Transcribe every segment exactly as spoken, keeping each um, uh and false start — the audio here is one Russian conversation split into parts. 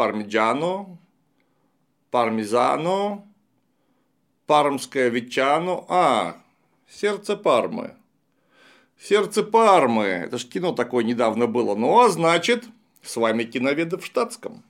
пармиджано, пармезано, пармское ветчано. А, сердце Пармы. Сердце Пармы. Это ж кино такое недавно было. Ну, а значит, с вами киноведы в штатском.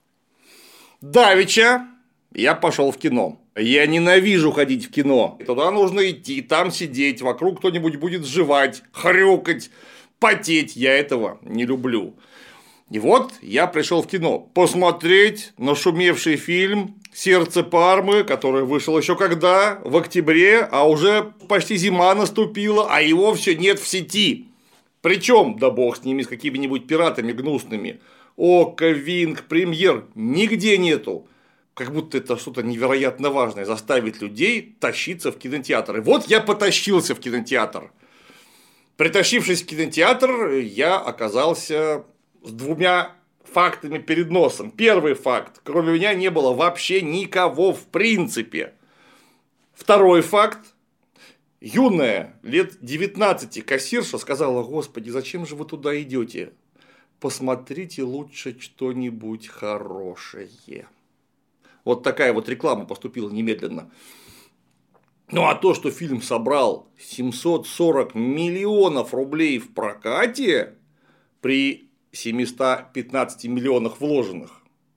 Давеча я пошел в кино. Я ненавижу ходить в кино. Туда нужно идти, там сидеть, вокруг кто-нибудь будет жевать, хрюкать, потеть. Я этого не люблю. И вот я пришел в кино посмотреть нашумевший фильм «Сердце Пармы», который вышел еще когда? В октябре, а уже почти зима наступила, а его все нет в сети. Причем, да бог с ними, с какими-нибудь пиратами гнусными. Око, Винг, Премьер, нигде нету. Как будто это что-то невероятно важное, заставить людей тащиться в кинотеатр. И вот я потащился в кинотеатр. Притащившись в кинотеатр, я оказался с двумя фактами перед носом. Первый факт. Кроме меня не было вообще никого в принципе. Второй факт. Юная, лет девятнадцати кассирша сказала: «Господи, зачем же вы туда идете? Посмотрите лучше что-нибудь хорошее». Вот такая вот реклама поступила немедленно. Ну а то, что фильм собрал семьсот сорок миллионов рублей в прокате при семистах пятнадцати миллионах вложенных,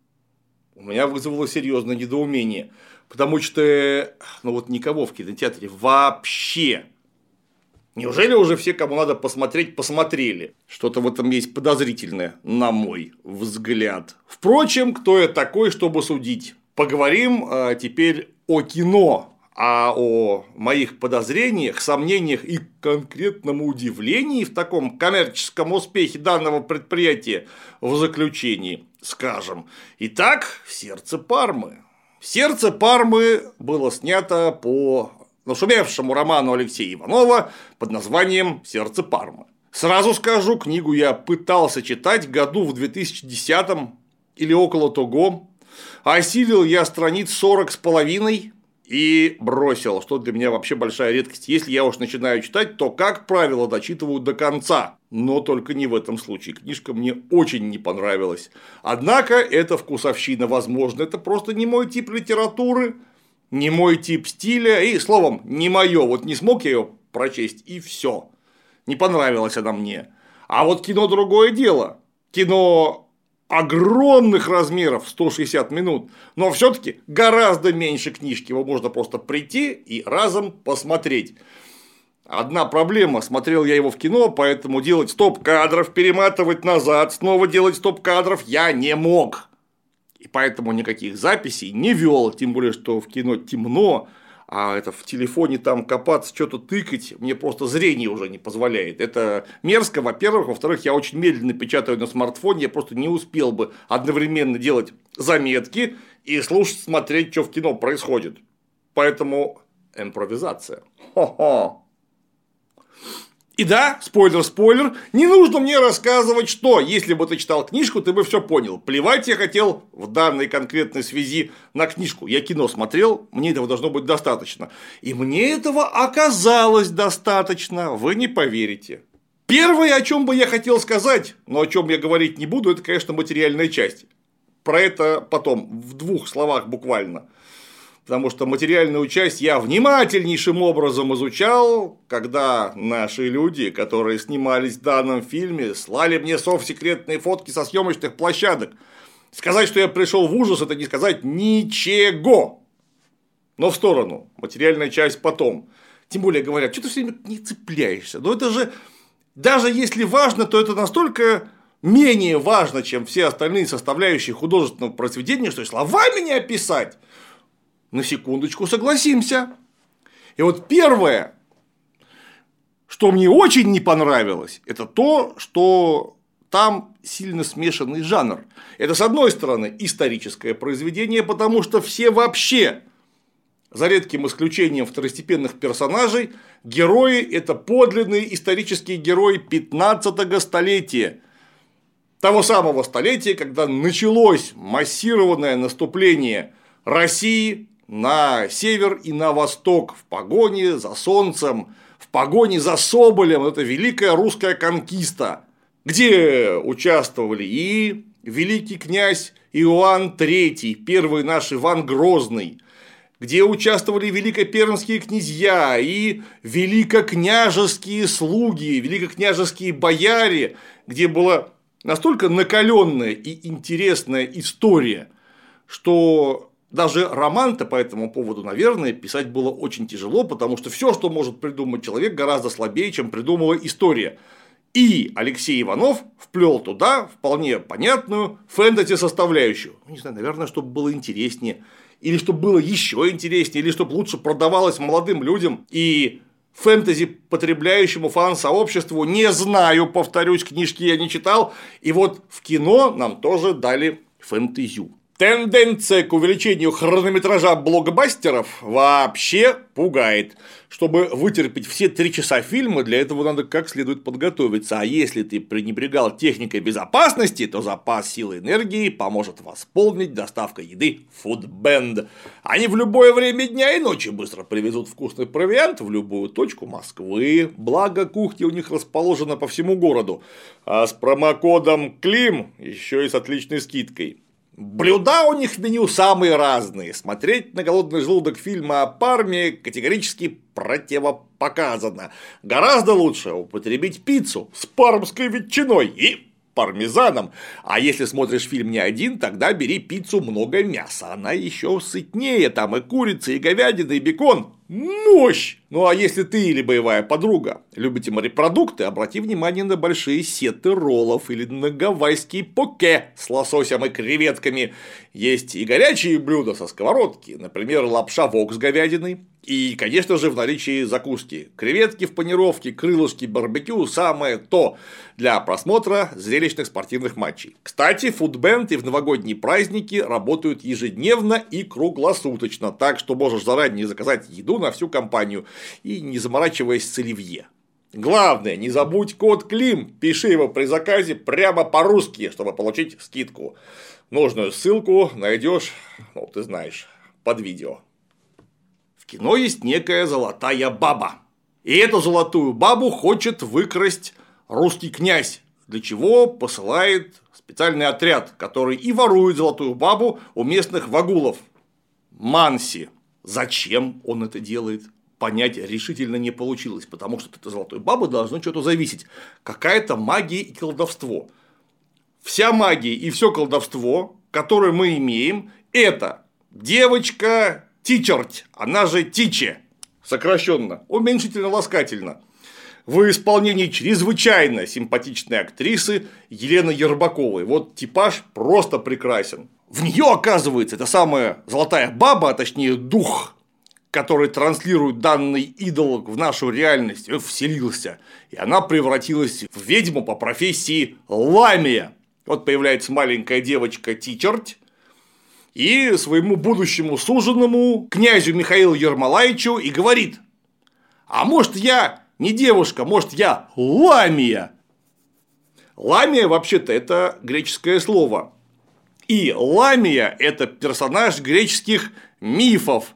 у меня вызвало серьезное недоумение. Потому что ну вот никого в кинотеатре вообще. Неужели уже все, кому надо посмотреть, посмотрели? Что-то в этом есть подозрительное, на мой взгляд. Впрочем, кто я такой, чтобы судить? Поговорим а, теперь о кино, а о моих подозрениях, сомнениях и конкретном удивлении в таком коммерческом успехе данного предприятия в заключении скажем. Итак, «Сердце Пармы». «Сердце Пармы» было снято по нашумевшему роману Алексея Иванова под названием «Сердце Пармы». Сразу скажу, книгу я пытался читать году в две тысячи десятом или около того. Осилил я страниц сорок с половиной и бросил, что для меня вообще большая редкость. Если я уж начинаю читать, то, как правило, дочитываю до конца. Но только не в этом случае. Книжка мне очень не понравилась. Однако, это вкусовщина, возможно. Это просто не мой тип литературы, не мой тип стиля. И, словом, не мое. Вот не смог я ее прочесть, и все. Не понравилась она мне. А вот кино другое дело. Кино огромных размеров, сто шестьдесят минут, но все-таки гораздо меньше книжки. Его можно просто прийти и разом посмотреть. Одна проблема: смотрел я его в кино, поэтому делать стоп-кадров, перематывать назад, снова делать стоп-кадров я не мог. И поэтому никаких записей не вел, тем более, что в кино темно, а это в телефоне там копаться, что-то тыкать, мне просто зрение уже не позволяет. Это мерзко, во-первых. Во-вторых, я очень медленно печатаю на смартфоне, я просто не успел бы одновременно делать заметки и слушать, смотреть, что в кино происходит. Поэтому импровизация. Хо-хо. И да, спойлер-спойлер, не нужно мне рассказывать, что, если бы ты читал книжку, ты бы все понял. Плевать я хотел в данной конкретной связи на книжку. Я кино смотрел, мне этого должно быть достаточно. И мне этого оказалось достаточно, вы не поверите. Первое, о чем бы я хотел сказать, но о чем я говорить не буду, это, конечно, материальная часть. Про это потом, в двух словах буквально. Потому что материальную часть я внимательнейшим образом изучал, когда наши люди, которые снимались в данном фильме, слали мне совсекретные фотки со съемочных площадок. Сказать, что я пришел в ужас, это не сказать ничего. Но в сторону. Материальная часть потом. Тем более говорят, что ты все время не цепляешься. Но это же, даже если важно, то это настолько менее важно, чем все остальные составляющие художественного произведения, что и словами не описать. На секундочку согласимся. И вот первое, что мне очень не понравилось, это то, что там сильно смешанный жанр. Это, с одной стороны, историческое произведение, потому что все вообще, за редким исключением второстепенных персонажей, герои – это подлинные исторические герои пятнадцатого столетия. Того самого столетия, когда началось массированное наступление России на север и на восток в погоне за солнцем, в погоне за Соболем. Это великая русская конкиста, где участвовали и великий князь Иоанн третий, первый наш Иван Грозный, где участвовали великопермские князья и великокняжеские слуги, великокняжеские бояре, где была настолько накаленная и интересная история, что даже роман-то по этому поводу, наверное, писать было очень тяжело, потому что все, что может придумать человек, гораздо слабее, чем придумала история. И Алексей Иванов вплел туда вполне понятную фэнтези-составляющую. Ну, не знаю, наверное, чтобы было интереснее, или чтобы было еще интереснее, или чтобы лучше продавалось молодым людям и фэнтези потребляющему фан-сообществу. Не знаю, повторюсь, книжки я не читал. И вот в кино нам тоже дали фэнтезю. Тенденция к увеличению хронометража блокбастеров вообще пугает. Чтобы вытерпеть все три часа фильма, для этого надо как следует подготовиться. А если ты пренебрегал техникой безопасности, то запас силы и энергии поможет восполнить доставка еды Foodband. Они в любое время дня и ночи быстро привезут вкусный провиант в любую точку Москвы. Благо, кухня у них расположена по всему городу. А с промокодом КЛИМ еще и с отличной скидкой. Блюда у них в меню самые разные. Смотреть на голодный желудок фильма о Парме категорически противопоказано. Гораздо лучше употребить пиццу с пармской ветчиной и пармезаном. А если смотришь фильм не один, тогда бери пиццу много мяса. Она еще сытнее. Там и курица, и говядина, и бекон. Мощь! Ну а если ты или боевая подруга любите морепродукты, обрати внимание на большие сеты роллов или на гавайские поке с лососем и креветками. Есть и горячие блюда со сковородки, например, лапша вок с говядиной. И, конечно же, в наличии закуски. Креветки в панировке, крылышки, барбекю – самое то для просмотра зрелищных спортивных матчей. Кстати, Foodband и в новогодние праздники работают ежедневно и круглосуточно, так что можешь заранее заказать еду на всю компанию и не заморачиваясь с оливье. Главное, не забудь код КЛИМ, пиши его при заказе прямо по-русски, чтобы получить скидку. Нужную ссылку найдешь, ну, ты знаешь, под видео. В кино есть некая золотая баба. И эту золотую бабу хочет выкрасть русский князь, для чего посылает специальный отряд, который и ворует золотую бабу у местных вагулов. Манси. Зачем он это делает? Понять решительно не получилось, потому что от этой золотой бабы должно что-то зависеть. Какая-то магия и колдовство. Вся магия и все колдовство, которое мы имеем, это девочка Тичерть, она же Тиче, сокращенно, уменьшительно-ласкательно, в исполнении чрезвычайно симпатичной актрисы Елены Ербаковой. Вот типаж просто прекрасен. В нее, оказывается, эта самая золотая баба, а точнее дух, который транслирует данный идол в нашу реальность, вселился. И она превратилась в ведьму по профессии Ламия. Вот появляется маленькая девочка Тичерть. И своему будущему суженому, князю Михаилу Ермолаевичу, и говорит: а может я не девушка, может я Ламия? Ламия вообще-то это греческое слово. И Ламия это персонаж греческих мифов.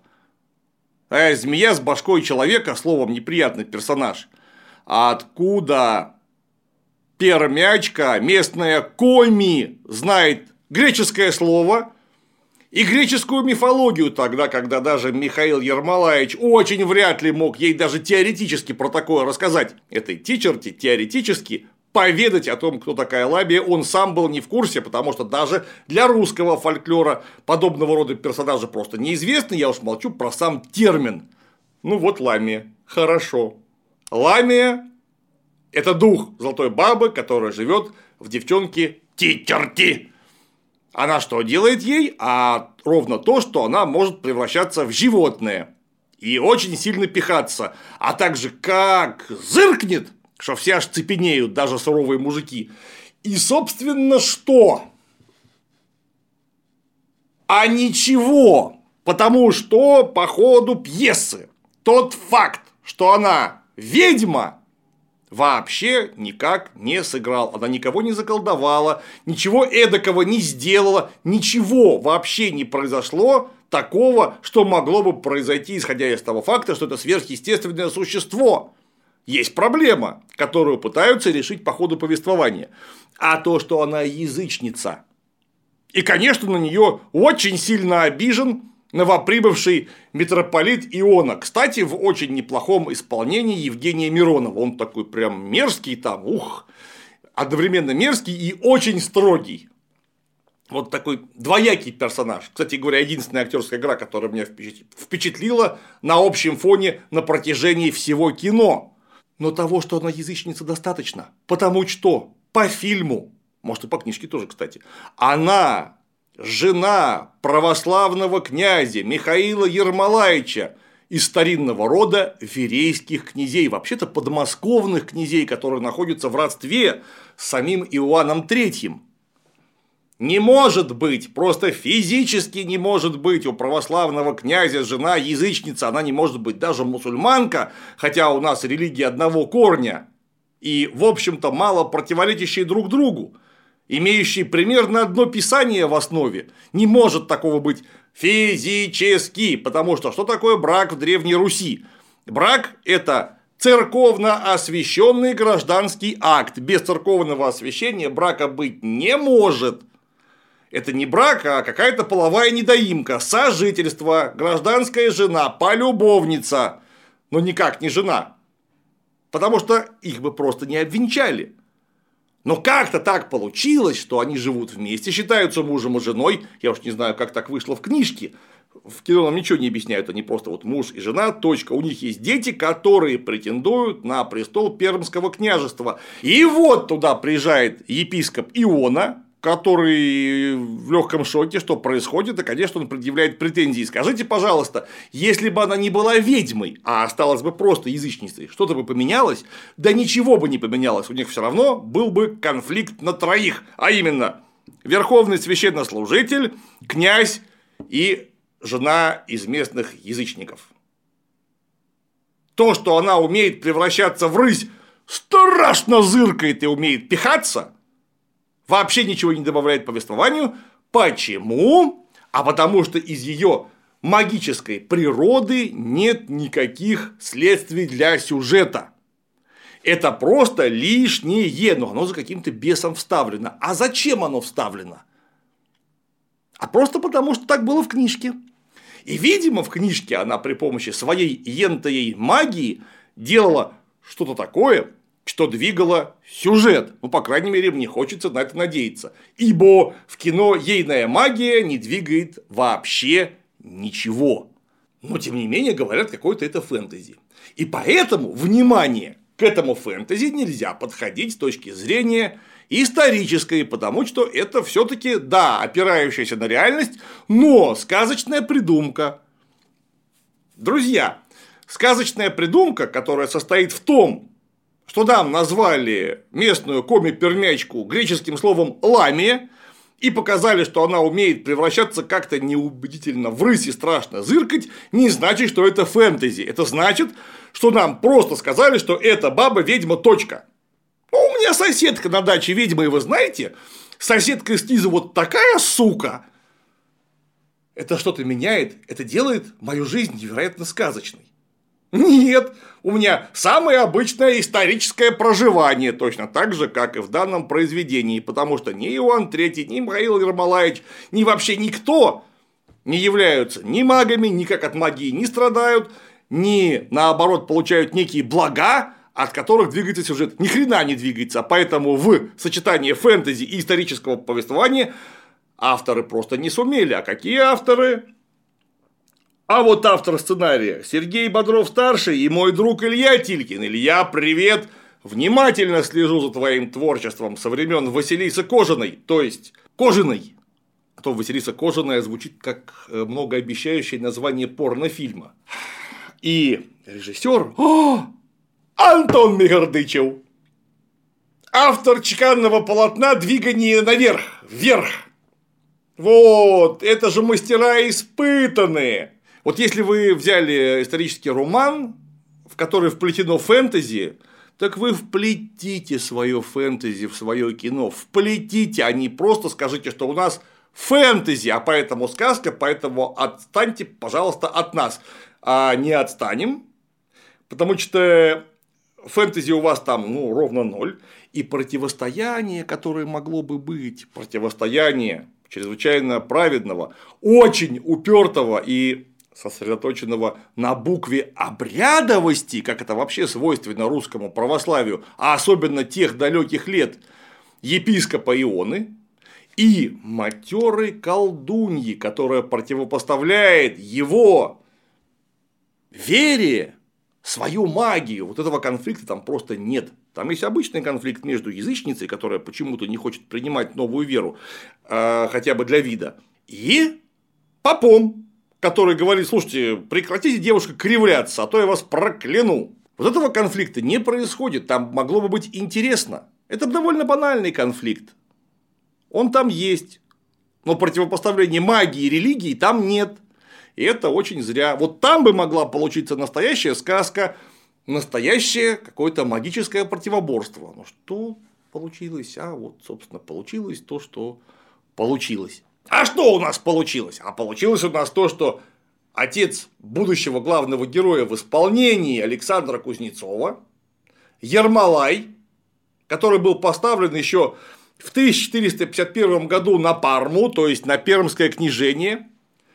А змея с башкой человека, словом, неприятный персонаж. А откуда пермячка, местная Коми, знает греческое слово и греческую мифологию тогда, когда даже Михаил Ермолаевич очень вряд ли мог ей даже теоретически про такое рассказать. Этой Тичерти теоретически поведать о том, кто такая Ламия, он сам был не в курсе, потому что даже для русского фольклора подобного рода персонажи просто неизвестны, я уж молчу про сам термин. Ну вот Ламия, хорошо. Ламия – это дух золотой бабы, которая живет в девчонке Тичерти. Она что делает ей? А ровно то, что она может превращаться в животное и очень сильно пихаться, а также как зыркнет, что все аж цепенеют, даже суровые мужики. И, собственно, что? А ничего, потому что по ходу пьесы тот факт, что она ведьма, вообще никак не сыграл. Она никого не заколдовала, ничего эдакого не сделала, ничего вообще не произошло такого, что могло бы произойти, исходя из того факта, что это сверхъестественное существо. Есть проблема, которую пытаются решить по ходу повествования. А то, что она язычница, И, конечно, на нее очень сильно обижен новоприбывший митрополит Иона. Кстати, в очень неплохом исполнении Евгения Миронова. Он такой прям мерзкий там, ух, одновременно мерзкий и очень строгий. Вот такой двоякий персонаж. Кстати говоря, единственная актерская игра, которая меня впечатлила на общем фоне на протяжении всего кино. Но того, что она язычница, достаточно. Потому что по фильму, может и по книжке тоже, кстати, она жена православного князя Михаила Ермолаевича из старинного рода верейских князей, вообще-то подмосковных князей, которые находятся в родстве с самим Иоанном Третьим. Не может быть, просто физически не может быть у православного князя жена язычница, она не может быть даже мусульманка, хотя у нас религии одного корня и, в общем-то, мало противоречащие друг другу, имеющие примерно одно писание в основе. Не может такого быть физически, потому что что такое брак в Древней Руси? Брак – это церковно освященный гражданский акт. Без церковного освящения брака быть не может. Это не брак, а какая-то половая недоимка, сожительство, гражданская жена, полюбовница, но никак не жена, потому что их бы просто не обвенчали. Но как-то так получилось, что они живут вместе, считаются мужем и женой, я уж не знаю, как так вышло в книжке, в кино нам ничего не объясняют, они просто вот муж и жена, точка, у них есть дети, которые претендуют на престол Пермского княжества. И вот туда приезжает епископ Иона, который в легком шоке, что происходит, и, конечно, он предъявляет претензии. Скажите, пожалуйста, если бы она не была ведьмой, а осталась бы просто язычницей, что-то бы поменялось? Да ничего бы не поменялось, у них все равно был бы конфликт на троих, а именно верховный священнослужитель, князь и жена из местных язычников. То, что она умеет превращаться в рысь, страшно зыркает и умеет пихаться, вообще ничего не добавляет повествованию. Почему? А потому что из ее магической природы нет никаких следствий для сюжета. Это просто лишнее, но оно за каким-то бесом вставлено. А зачем оно вставлено? А просто потому, что так было в книжке. И, видимо, в книжке она при помощи своей ентоей магии делала что-то такое, что двигало сюжет. Ну, по крайней мере, мне хочется на это надеяться. Ибо в кино ейная магия не двигает вообще ничего. Но, тем не менее, говорят, какое-то это фэнтези. И поэтому, внимание, к этому фэнтези нельзя подходить с точки зрения исторической, потому что это все-таки, да, опирающаяся на реальность, но сказочная придумка. Друзья, сказочная придумка, которая состоит в том, что нам назвали местную коми-пермячку греческим словом «ламия» и показали, что она умеет превращаться как-то неубедительно в рысь и страшно зыркать, не значит, что это фэнтези. Это значит, что нам просто сказали, что это баба-ведьма, точка. Ну, у меня соседка на даче ведьма, и вы знаете, соседка снизу вот такая сука. Это что-то меняет, это делает мою жизнь невероятно сказочной. Нет, у меня самое обычное историческое проживание, точно так же, как и в данном произведении, потому что ни Иоанн Третий, ни Михаил Ермолаевич, ни вообще никто не являются ни магами, никак от магии не страдают, ни наоборот получают некие блага, от которых двигается сюжет. Ни хрена не двигается, поэтому в сочетании фэнтези и исторического повествования авторы просто не сумели. А какие авторы? А вот автор сценария Сергей Бодров-старший и мой друг Илья Тилькин. Илья, привет! Внимательно слежу за твоим творчеством со времен Василисы Кожаной, то есть Кожаной. А то Василиса Кожаная звучит как многообещающее название порнофильма. И режиссер Антон Мегердычев. Автор чеканного полотна «Двигание наверх», вверх. Вот, это же мастера испытанные. Вот если вы взяли исторический роман, в который вплетено фэнтези, так вы вплетите свое фэнтези в свое кино. Вплетите, а не просто скажите, что у нас фэнтези, а поэтому сказка, поэтому отстаньте, пожалуйста, от нас. А не отстанем, потому что фэнтези у вас там, ну, ровно ноль. И противостояние, которое могло бы быть, противостояние, чрезвычайно праведного, очень упертого и сосредоточенного на букве обрядовости, как это вообще свойственно русскому православию, а особенно тех далеких лет, епископа Ионы и матерой колдуньи, которая противопоставляет его вере свою магию. Вот этого конфликта там просто нет. Там есть обычный конфликт между язычницей, которая почему-то не хочет принимать новую веру, хотя бы для вида, и попом, который говорит: слушайте, прекратите, девушка, кривляться, а то я вас прокляну. Вот этого конфликта не происходит, там могло бы быть интересно. Это довольно банальный конфликт. Он там есть, но противопоставления магии и религии там нет. И это очень зря. Вот там бы могла получиться настоящая сказка, настоящее какое-то магическое противоборство. Ну что получилось? А вот, собственно, получилось то, что получилось. А что у нас получилось? А получилось у нас то, что отец будущего главного героя в исполнении Александра Кузнецова, Ермолай, который был поставлен еще в тысяча четыреста пятьдесят первом году на Парму, то есть на Пермское княжение,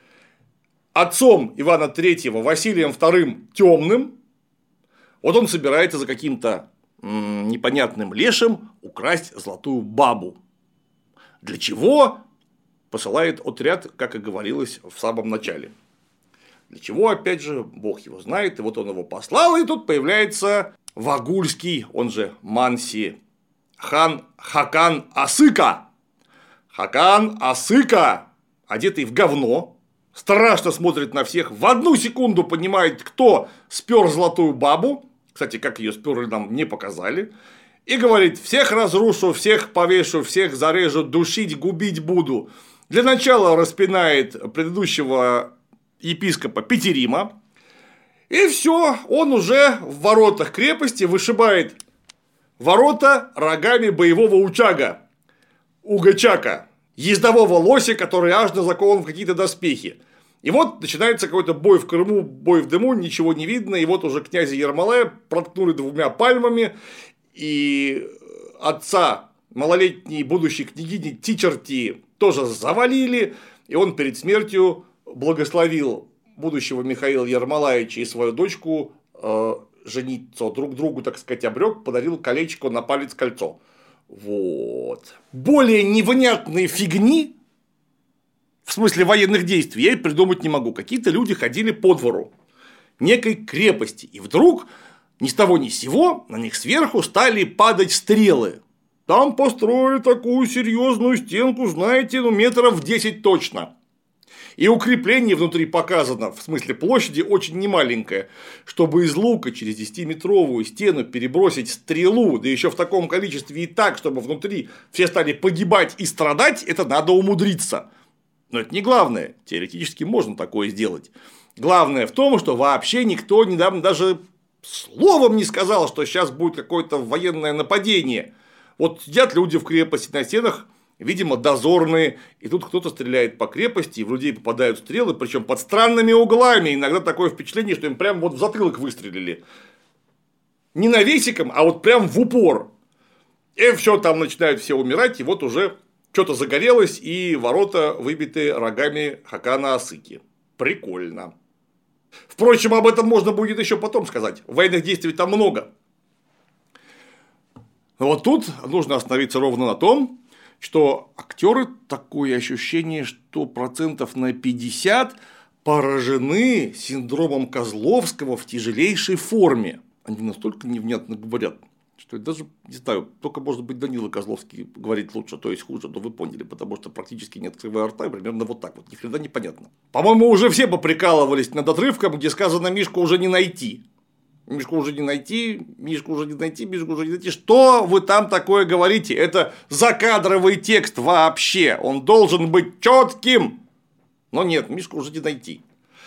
отцом Ивана Третьего Василием Вторым Темным, вот он собирается за каким-то непонятным лешим украсть золотую бабу. Для чего? Посылает отряд, как и говорилось в самом начале. Для чего, опять же, бог его знает, и вот он его послал, и тут появляется Вагульский, он же Манси, хан Хакан Асыка. Хакан Асыка, одетый в говно, страшно смотрит на всех, в одну секунду понимает, кто спер золотую бабу, кстати, как ее сперли, нам не показали, и говорит: всех разрушу, всех повешу, всех зарежу, душить, губить буду. Для начала распинает предыдущего епископа Петерима, и все, он уже в воротах крепости вышибает ворота рогами боевого учага, угачака, ездового лося, который аж закован в какие-то доспехи. И вот начинается какой-то бой в Крыму, бой в дыму, ничего не видно, и вот уже князя Ермолая проткнули двумя пальмами, и отца малолетней будущей княгини Тичерти тоже завалили, и он перед смертью благословил будущего Михаила Ермолаевича и свою дочку э, жениться друг другу, так сказать, обрек, подарил колечко на палец кольцо. Вот. Более невнятной фигни, в смысле военных действий, я и придумать не могу. Какие-то люди ходили по двору некой крепости, и вдруг ни с того ни с сего на них сверху стали падать стрелы. Там построили такую серьезную стенку, знаете, ну метров десять точно. И укрепление внутри показано, в смысле площади, очень немаленькое, чтобы из лука через десятиметровую стену перебросить стрелу, да еще в таком количестве и так, чтобы внутри все стали погибать и страдать, это надо умудриться. Но это не главное, теоретически можно такое сделать. Главное в том, что вообще никто недавно даже словом не сказал, что сейчас будет какое-то военное нападение. Вот сидят люди в крепости, на стенах, видимо, дозорные, и тут кто-то стреляет по крепости, и в людей попадают стрелы, причем под странными углами. Иногда такое впечатление, что им прям вот в затылок выстрелили. Не навесиком, а вот прям в упор. И все, там начинают все умирать, и вот уже что-то загорелось, и ворота выбиты рогами Хакана Асыки. Прикольно. Впрочем, об этом можно будет еще потом сказать. Военных действий там много. Но вот тут нужно остановиться ровно на том, что актеры, такое ощущение, что процентов на пятьдесят поражены синдромом Козловского в тяжелейшей форме. Они настолько невнятно говорят, что я даже не знаю, только, может быть, Данила Козловский говорит лучше, то есть хуже, но вы поняли, потому что практически не открывая рта, примерно вот так вот, ни хрена непонятно. По-моему, уже все поприкалывались над отрывком, где сказано: Мишку уже не найти. Мишку уже не найти, Мишку уже не найти, Мишку уже не найти. Что вы там такое говорите? Это закадровый текст вообще. Он должен быть четким. Но нет, Мишку уже не найти.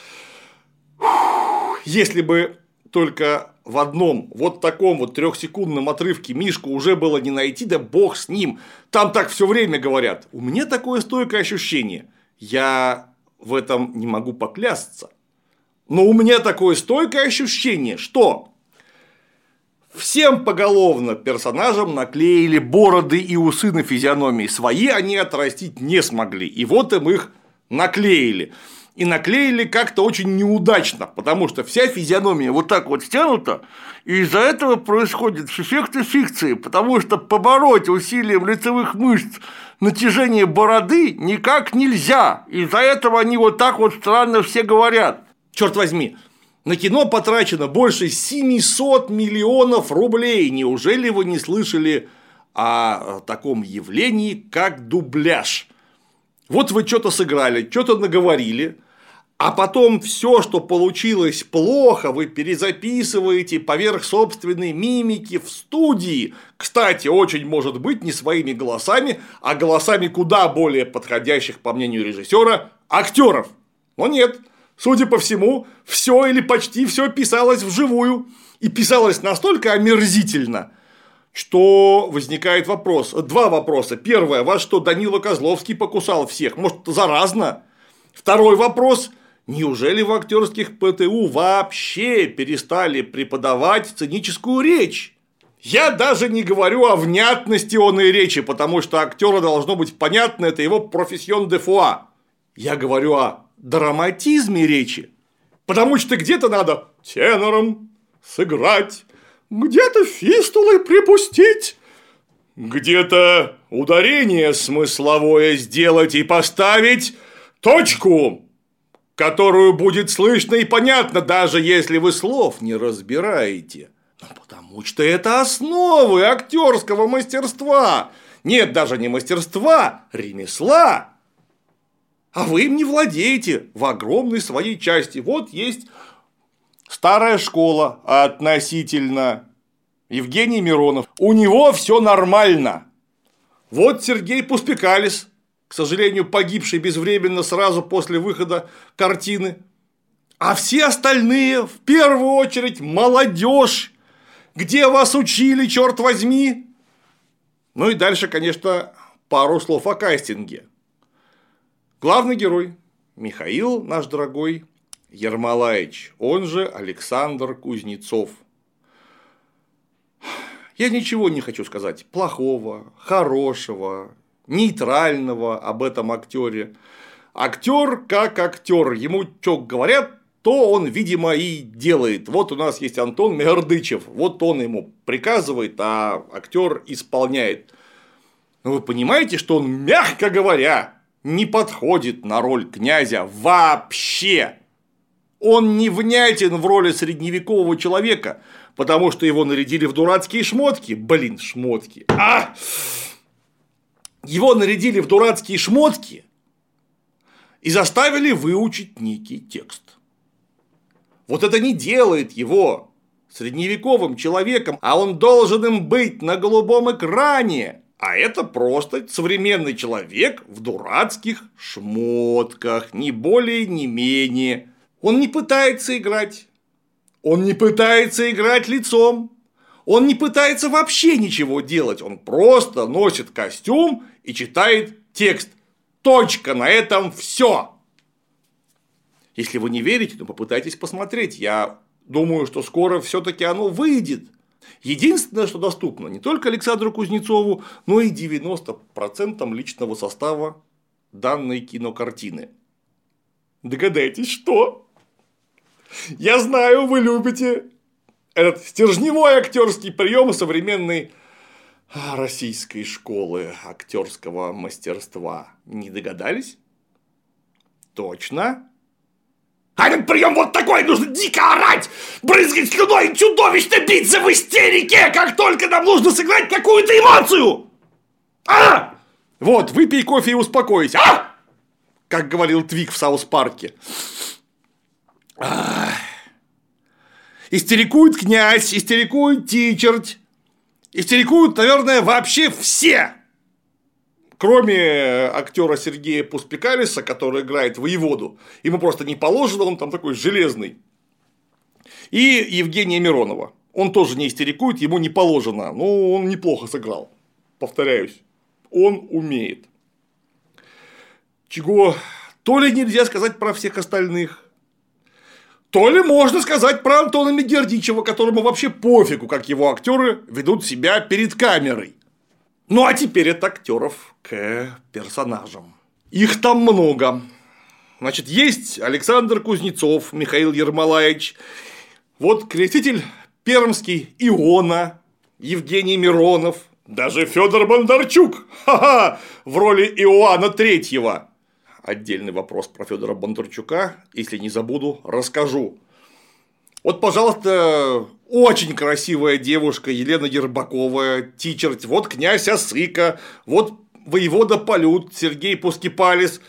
Если бы только в одном вот таком вот трехсекундном отрывке Мишку уже было не найти, да бог с ним. Там так все время говорят. У меня такое стойкое ощущение. Я в этом не могу поклясться. Но у меня такое стойкое ощущение, что Всем поголовно персонажам наклеили бороды и усы на физиономии. Свои они отрастить не смогли. И вот им их наклеили. И наклеили как-то очень неудачно, потому что вся физиономия вот так вот стянута, и из-за этого происходит эффект фикции, потому что побороть усилием лицевых мышц натяжение бороды никак нельзя. Из-за этого они вот так вот странно все говорят. Черт возьми, на кино потрачено больше семисот миллионов рублей. Неужели вы не слышали о таком явлении, как дубляж? Вот вы что-то сыграли, что-то наговорили, а потом все, что получилось плохо, вы перезаписываете поверх собственной мимики в студии. Кстати, очень может быть не своими голосами, а голосами куда более подходящих, по мнению режиссера, актеров. Но нет, судя по всему, все или почти все писалось вживую. И писалось настолько омерзительно, что возникает вопрос, два вопроса. Первое, вас что, Данила Козловский покусал всех? Может, заразно? Второй вопрос, неужели в актерских ПТУ вообще перестали преподавать сценическую речь? Я даже не говорю о внятности оной речи, потому что актеру должно быть понятно, это его профессион де фуа. Я говорю о драматизме речи, потому что где-то надо тенором сыграть, где-то фистулой припустить, где-то ударение смысловое сделать и поставить точку, которую будет слышно и понятно, даже если вы слов не разбираете. Ну, потому что это основы актерского мастерства. Нет, даже не мастерства, ремесла. А вы им не владеете в огромной своей части. Вот есть старая школа относительно Евгений Миронов. У него все нормально. Вот Сергей Пуспекалис, к сожалению, погибший безвременно сразу после выхода картины. А все остальные, в первую очередь, молодежь. Где вас учили, черт возьми? Ну и дальше, конечно, пару слов о кастинге. Главный герой Михаил, наш дорогой Ермолаевич, он же Александр Кузнецов. Я ничего не хочу сказать плохого, хорошего, нейтрального об этом актере. Актер как актер, ему что говорят, то он, видимо, и делает. Вот у нас есть Антон Мегердычев, вот он ему приказывает, а актер исполняет. Но вы понимаете, что он, мягко говоря, не подходит на роль князя вообще. Он не внятен в роли средневекового человека, потому что его нарядили в дурацкие шмотки. Блин, шмотки. А! Его нарядили в дурацкие шмотки и заставили выучить некий текст. Вот это не делает его средневековым человеком, а он должен им быть на голубом экране. А это просто современный человек в дурацких шмотках, ни более, ни менее. Он не пытается играть. Он не пытается играть лицом. Он не пытается вообще ничего делать. Он просто носит костюм и читает текст. Точка, на этом все. Если вы не верите, то попытайтесь посмотреть. Я думаю, что скоро все-таки оно выйдет. Единственное, что доступно не только Александру Кузнецову, но и девяноста процентам личного состава данной кинокартины. Догадайтесь, что? Я знаю, вы любите этот стержневой актерский прием современной российской школы актерского мастерства. Не догадались? Точно. А этот прием вот такой, нужно дико орать, брызгать слюной и чудовищно биться в истерике, как только нам нужно сыграть какую-то эмоцию. А! Вот, выпей кофе и успокойся. А! Как говорил Твик в Саус-парке. А! Истерикует князь, истерикует тичерть, истерикуют, наверное, вообще все. Кроме актера Сергея Пуспекалиса, который играет воеводу, ему просто не положено, он там такой железный. И Евгения Миронова. Он тоже не истерикует, ему не положено, но он неплохо сыграл. Повторяюсь, он умеет. Чего то ли нельзя сказать про всех остальных, То ли можно сказать про Антона Мегердичева, которому вообще пофигу, как его актеры ведут себя перед камерой. Ну а теперь от актеров к персонажам. Их там много. Значит, есть Александр Кузнецов, Михаил Ермолаевич, вот креститель пермский Иона, Евгений Миронов, даже Федор Бондарчук, ха-ха, в роли Иоанна Третьего. Отдельный вопрос про Федора Бондарчука, если не забуду, расскажу. Вот, пожалуйста, очень красивая девушка Елена Ербакова, Тичерть, вот князь Осыка, вот воевода Полют, Сергей Пускипалис,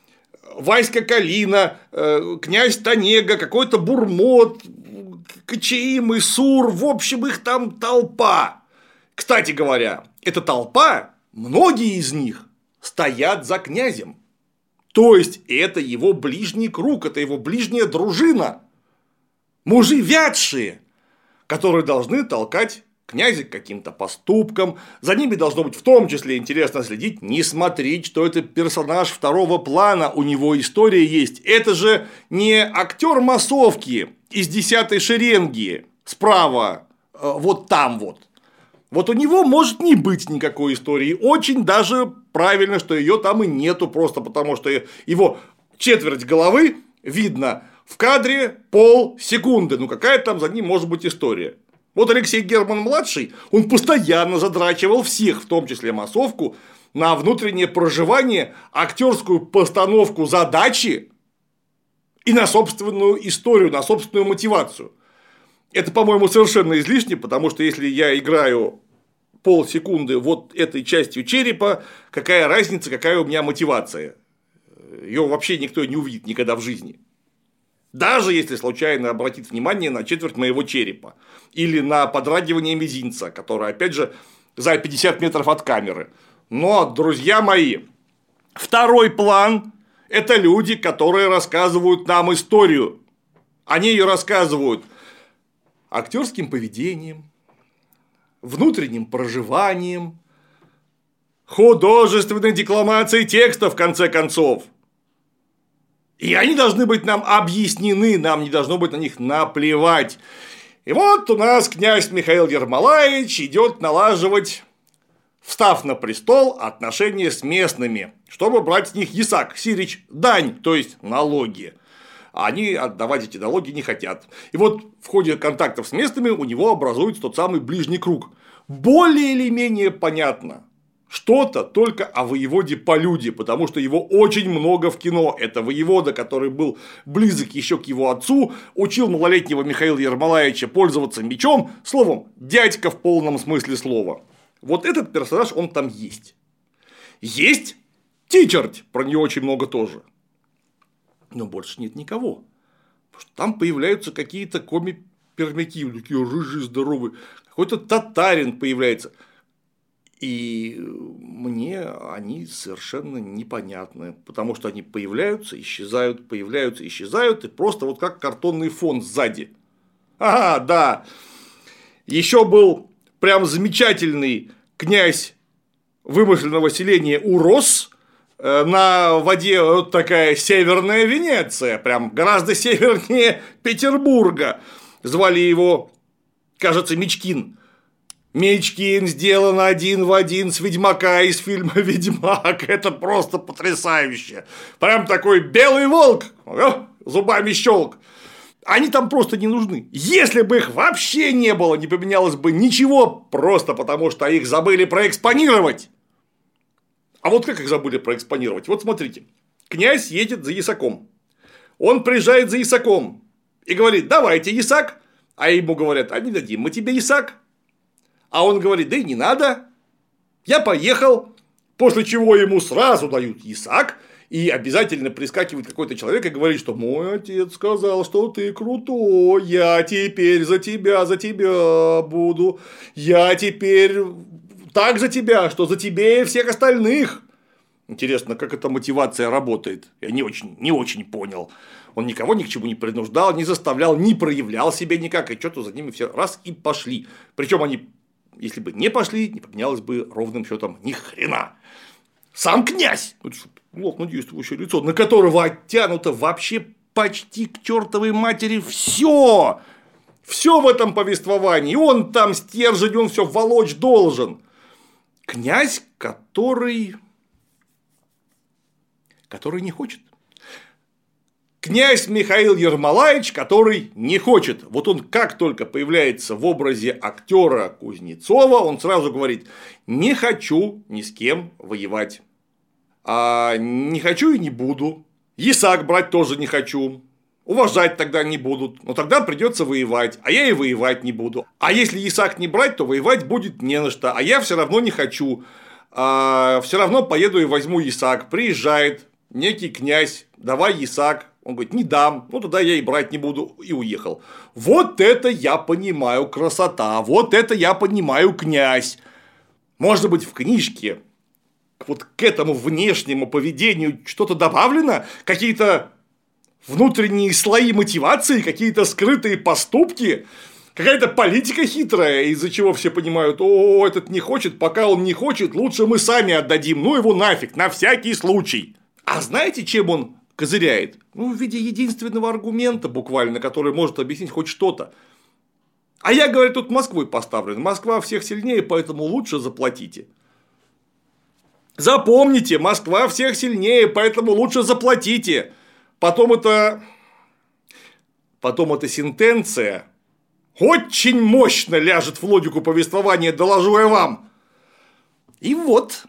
Васька Калина, князь Танега, какой-то Бурмот, Кочеим и Сур, в общем, их там толпа. Кстати говоря, эта толпа, многие из них стоят за князем. То есть, это его ближний круг, это его ближняя дружина. Мужи вядшие, которые должны толкать князя к каким-то поступкам. За ними должно быть в том числе интересно следить, не смотреть, что это персонаж второго плана, у него история есть. Это же не актер массовки из десятой шеренги справа, вот там вот. Вот у него может не быть никакой истории. Очень даже правильно, что ее там и нету, просто потому что его четверть головы видно в кадре полсекунды. Ну какая там за ним может быть история? Вот Алексей Герман-младший, он постоянно задрачивал всех, в том числе массовку, на внутреннее проживание, актерскую постановку задачи и на собственную историю, на собственную мотивацию. Это, по-моему, совершенно излишне, потому что если я играю полсекунды вот этой частью черепа, какая разница, какая у меня мотивация? Ее вообще никто не увидит никогда в жизни. Даже если случайно обратит внимание на четверть моего черепа или на подрагивание мизинца, которое, опять же, за пятьдесят метров от камеры. Но, друзья мои, второй план – это люди, которые рассказывают нам историю. Они ее рассказывают актерским поведением, внутренним проживанием, художественной декламацией текста, в конце концов. И они должны быть нам объяснены, нам не должно быть на них наплевать. И вот у нас князь Михаил Ермолаевич идет налаживать, встав на престол, отношения с местными, чтобы брать с них ясак, сирич, дань, то есть налоги. А они отдавать эти налоги не хотят. И вот в ходе контактов с местными у него образуется тот самый ближний круг. Более или менее понятно. Что-то только о воеводе Полюде, потому что его очень много в кино. Это воевода, который был близок еще к его отцу, учил малолетнего Михаила Ермолаевича пользоваться мечом, словом, дядька в полном смысле слова. Вот этот персонаж, он там есть. Есть Тичерть, про нее очень много тоже. Но больше нет никого. Потому что там появляются какие-то коми-пермяки, такие рыжие, здоровые. Какой-то татарин появляется. И мне они совершенно непонятны. Потому что они появляются, исчезают, появляются, исчезают. И просто вот как картонный фон сзади. Ага, да. Еще был прям замечательный князь вымышленного селения Урос. На воде вот такая северная Венеция, прям гораздо севернее Петербурга. Звали его, кажется, Мечкин. Мечкин сделан один в один с Ведьмака из фильма «Ведьмак». Это просто потрясающе. Прям такой белый волк, зубами щелк. Они там просто не нужны. Если бы их вообще не было, не поменялось бы ничего, просто потому что их забыли проэкспонировать. А вот как их забыли проэкспонировать? Вот смотрите, князь едет за ясаком. Он приезжает за ясаком и говорит: давайте ясак. А ему говорят: а не дадим мы тебе ясак. А он говорит: да и не надо. Я поехал. После чего ему сразу дают ясак. И обязательно прискакивает какой-то человек и говорит, что мой отец сказал, что ты крутой. Я теперь за тебя, за тебя буду. Я теперь... так за тебя, что за тебя и всех остальных. Интересно, как эта мотивация работает? Я не очень, не очень понял. Он никого ни к чему не принуждал, не заставлял, не проявлял себя никак, и что-то за ними все раз и пошли. Причем они, если бы не пошли, не поменялось бы ровным счетом ни хрена. Сам князь, плотно действующее лицо, на которого оттянута вообще почти к чертовой матери все. Все в этом повествовании. Он там стержень, он все волочь должен. Князь, который... который не хочет. Князь Михаил Ермолаевич, который не хочет. Вот он как только появляется в образе актера Кузнецова, он сразу говорит: не хочу ни с кем воевать. А не хочу и не буду. Ясак брать тоже не хочу. Уважать тогда не будут. Но тогда придется воевать. А я и воевать не буду. А если Ясак не брать, то воевать будет не на что. А я все равно не хочу. А все равно поеду и возьму Ясак. Приезжает некий князь: давай Ясак. Он говорит: не дам, ну тогда я и брать не буду, и уехал. Вот это я понимаю красота, вот это я понимаю князь. Может быть, в книжке вот к этому внешнему поведению что-то добавлено? Какие-то внутренние слои мотивации, какие-то скрытые поступки? Какая-то политика хитрая, из-за чего все понимают: о, этот не хочет, пока он не хочет, лучше мы сами отдадим, ну его нафиг, на всякий случай. А знаете, чем он козыряет? Ну, в виде единственного аргумента буквально, который может объяснить хоть что-то. А я, говорю, тут Москвой поставлен. Москва всех сильнее, поэтому лучше заплатите. Запомните, Москва всех сильнее, поэтому лучше заплатите. Потом это... Потом эта сентенция очень мощно ляжет в логику повествования, доложу я вам. И вот...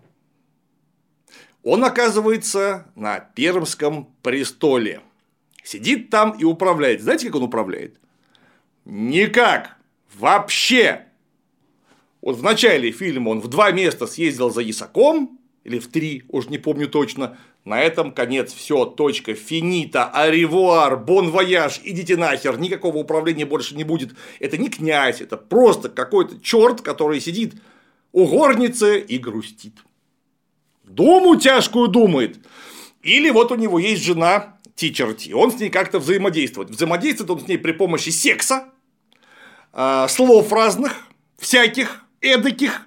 Он оказывается на Пермском престоле. Сидит там и управляет. Знаете, как он управляет? Никак. Вообще. Вот в начале фильма он в два места съездил за Ясаком. Или в три, уж не помню точно. На этом конец. Все, точка, финита, аревуар, бон вояж, идите нахер. Никакого управления больше не будет. Это не князь. Это просто какой-то черт, который сидит у горницы и грустит. Думу тяжкую думает. Или вот у него есть жена Тичерти, он с ней как-то взаимодействует. Взаимодействует он с ней при помощи секса, слов разных, всяких, эдаких.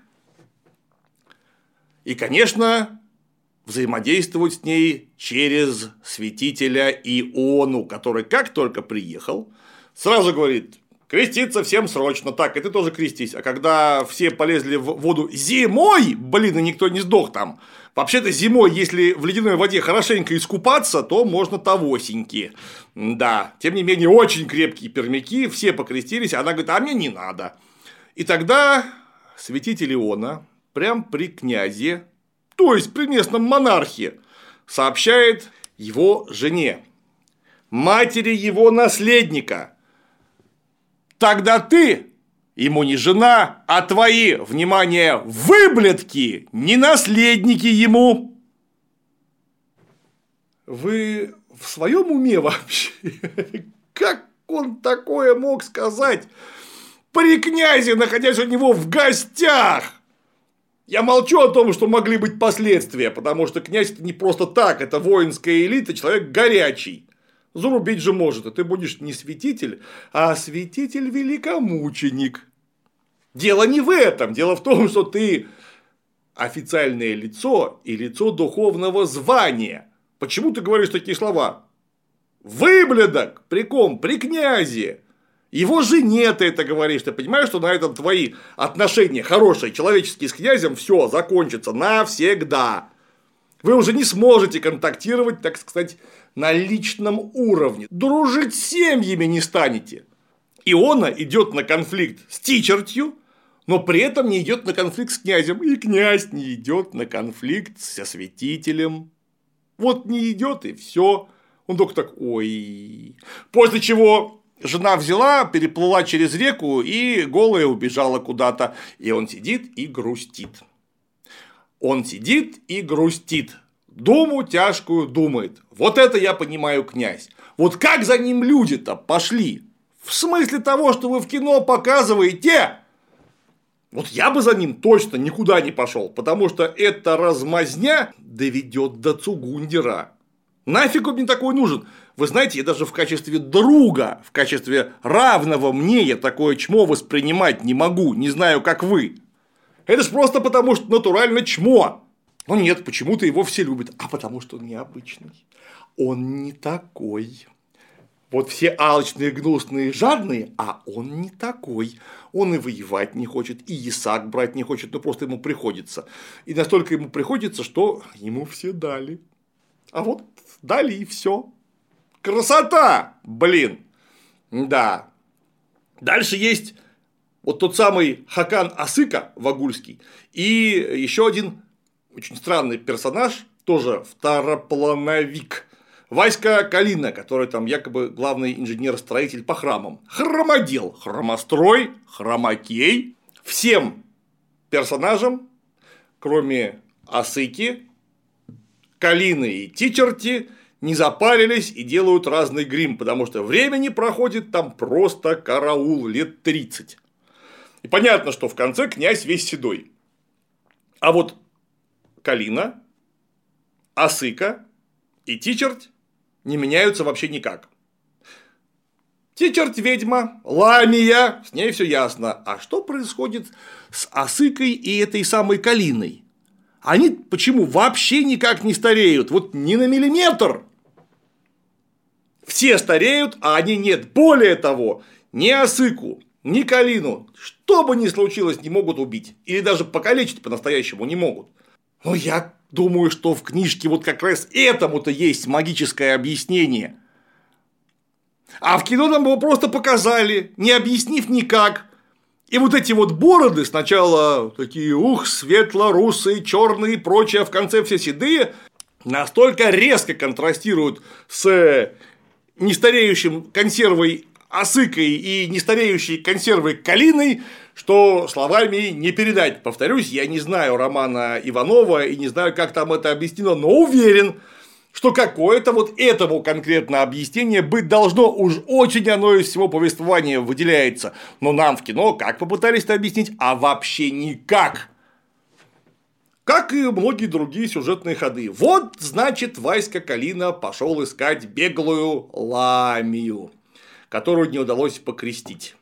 И, конечно, взаимодействует с ней через святителя Иону, который как только приехал, сразу говорит: креститься всем срочно, так, и ты тоже крестись. А когда все полезли в воду зимой, блин, и никто не сдох там. Вообще-то зимой, если в ледяной воде хорошенько искупаться, то можно тогосеньки. Да, тем не менее, очень крепкие пермяки, все покрестились, а она говорит: а мне не надо. И тогда святитель Иона, прям при князе, то есть при местном монархе, сообщает его жене, матери его наследника: тогда ты ему не жена, а твои, внимание, выблядки, не наследники ему. Вы в своем уме вообще? Как он такое мог сказать при князе, находясь у него в гостях? Я молчу о том, что могли быть последствия, потому что князь это не просто так, это воинская элита, человек горячий. Зарубить же может, и ты будешь не святитель, а святитель-великомученик. Дело не в этом, дело в том, что ты официальное лицо и лицо духовного звания. Почему ты говоришь такие слова? Выблядок, при ком? При князе. Его жене ты это говоришь, ты понимаешь, что на этом твои отношения хорошие, человеческие с князем, все закончится навсегда. Вы уже не сможете контактировать, так сказать, на личном уровне. Дружить с семьями не станете. Иона идет на конфликт с Тичертью, но при этом не идет на конфликт с князем. И князь не идет на конфликт со святителем. Вот не идет и все. Он только так: ой. После чего жена взяла, переплыла через реку и голая убежала куда-то. И он сидит и грустит. Он сидит и грустит. Думу тяжкую думает. Вот это я понимаю, князь. Вот как за ним люди-то пошли? В смысле того, что вы в кино показываете? Вот я бы за ним точно никуда не пошел, потому что эта размазня доведет до Цугундера. Нафиг он мне такой нужен? Вы знаете, я даже в качестве друга, в качестве равного мне я такое чмо воспринимать не могу, не знаю, как вы. Это ж просто потому, что натурально чмо. Но нет, почему-то его все любят. А потому что он необычный. Он не такой. Вот все алчные, гнусные, жадные, а он не такой. Он и воевать не хочет, и ясак брать не хочет, но просто ему приходится. И настолько ему приходится, что ему все дали. А вот дали и все. Красота, блин. Да. Дальше есть вот тот самый Хакан Асыка Вагульский и еще один очень странный персонаж, тоже второплановик. Васька Калина, который там якобы главный инженер-строитель по храмам. Хромодел, хромострой, хромакей. Всем персонажам, кроме Асыки, Калины и Тичерти, не запарились и делают разный грим, потому что времени проходит там просто караул лет тридцать. И понятно, что в конце князь весь седой. А вот Калина, Асыка и Тичерть не меняются вообще никак. Тичерть ведьма, Ламия, с ней все ясно. А что происходит с Асыкой и этой самой Калиной? Они почему вообще никак не стареют? Вот ни на миллиметр. Все стареют, а они нет. Более того, ни Асыку, ни Калину, что бы ни случилось, не могут убить. Или даже покалечить по-настоящему не могут. Но я думаю, что в книжке вот как раз этому-то есть магическое объяснение. А в кино нам его просто показали, не объяснив никак. И вот эти вот бороды сначала такие, ух, светло-русые, черные и прочее, а в конце все седые, настолько резко контрастируют с нестареющим консервой Асыкой и нестареющей консервой Калиной, что словами не передать. Повторюсь, я не знаю романа Иванова и не знаю, как там это объяснено, но уверен, что какое-то вот этому конкретно объяснение быть должно. Уж очень оно из всего повествования выделяется. Но нам в кино как попытались это объяснить, а вообще никак. Как и многие другие сюжетные ходы. Вот, значит, Васька Калина пошел искать беглую Ламию, которую не удалось покрестить.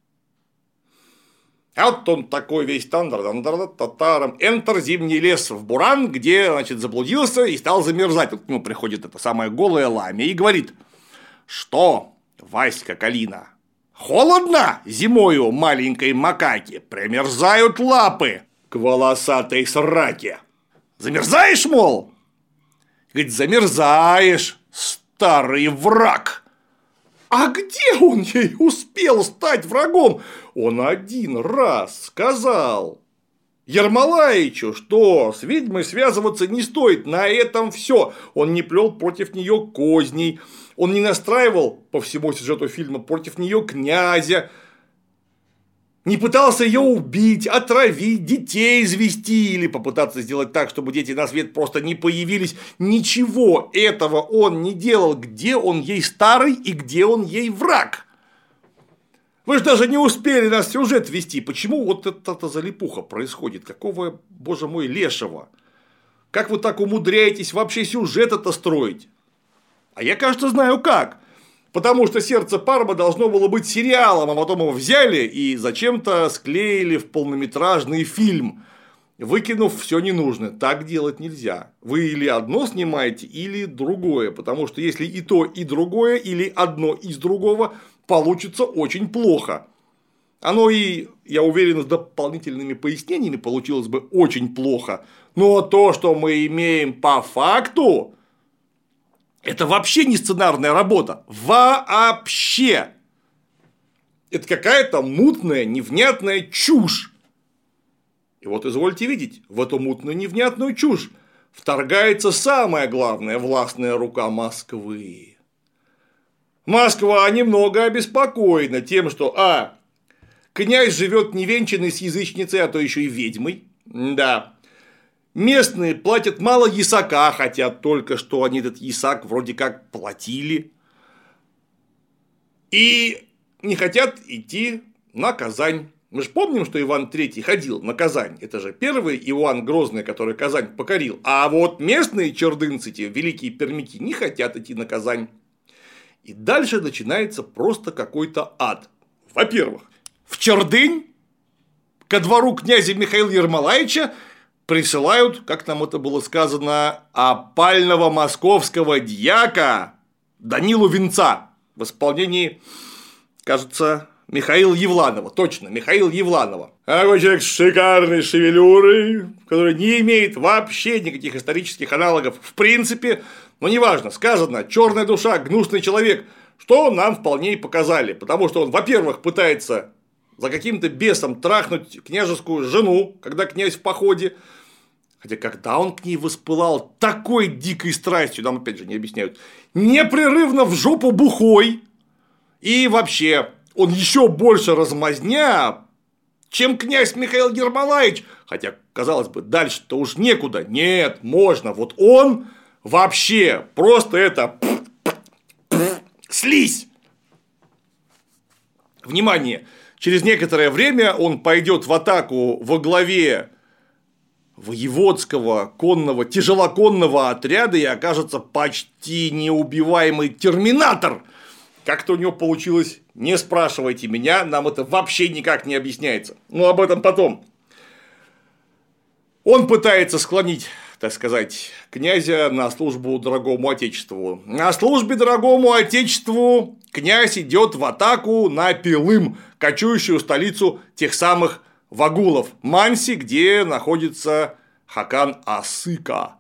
А вот он такой весь татаром. Энтер зимний лес в буран, где, значит, заблудился и стал замерзать. Тут к нему приходит эта самая голая Ламия и говорит: что, Васька Калина, холодно зимою маленькой макаке, примерзают лапы к волосатой сраке. Замерзаешь, мол? Говорит: замерзаешь, старый враг. А где он ей успел стать врагом? Он один раз сказал Ермолаичу, что с ведьмой связываться не стоит, на этом все. Он не плел против нее козней, он не настраивал по всему сюжету фильма против нее князя, не пытался ее убить, отравить, детей извести или попытаться сделать так, чтобы дети на свет просто не появились. Ничего этого он не делал. Где он ей старый и где он ей враг? Вы же даже не успели нас сюжет вести. Почему вот эта залипуха происходит? Какого, боже мой, лешего? Как вы так умудряетесь вообще сюжет это строить? А я, кажется, знаю как. Потому что «Сердце Парма» должно было быть сериалом, а потом его взяли и зачем-то склеили в полнометражный фильм, выкинув все ненужное. Так делать нельзя. Вы или одно снимаете, или другое. Потому что если и то, и другое, или одно из другого, получится очень плохо. Оно и, я уверен, с дополнительными пояснениями получилось бы очень плохо. Но то, что мы имеем по факту, это вообще не сценарная работа. Вообще. Это какая-то мутная, невнятная чушь. И вот извольте видеть, в эту мутную, невнятную чушь вторгается самая главная властная рука Москвы. Москва немного обеспокоена тем, что а. князь живет невенчанный с язычницей, а то еще и ведьмой. Да. Местные платят мало ясака, хотя только что они этот ясак вроде как платили. И не хотят идти на Казань. Мы же помним, что Иван Третий ходил на Казань. Это же первый Иван Грозный, который Казань покорил. А вот местные чердынцы, те великие пермяки, не хотят идти на Казань. И дальше начинается просто какой-то ад. Во-первых, в Чердынь ко двору князя Михаила Ермолаевича присылают, как нам это было сказано, опального московского дьяка Данилу Венца в исполнении, кажется, Михаила Евланова. Точно, Михаила Евланова. Такой человек с шикарной шевелюрой, который не имеет вообще никаких исторических аналогов в принципе, но неважно, сказано, черная душа, гнусный человек, что нам вполне и показали, потому что он, во-первых, пытается за каким-то бесом трахнуть княжескую жену, когда князь в походе, хотя когда он к ней воспылал такой дикой страстью, нам опять же не объясняют, непрерывно в жопу бухой, и вообще он еще больше размазня, чем князь Михаил Ермолаевич, хотя, казалось бы, дальше-то уж некуда, нет, можно, вот он вообще просто это слизь. Внимание, через некоторое время он пойдет в атаку во главе воеводского конного тяжелоконного отряда и окажется почти неубиваемый терминатор. Как это у него получилось, не спрашивайте меня, нам это вообще никак не объясняется. Но об этом потом. Он пытается склонить, так сказать, князя на службу дорогому отечеству. На службе дорогому отечеству князь идет в атаку на Пилым, кочующую столицу тех самых вагулов Манси, где находится Хакан Асыка.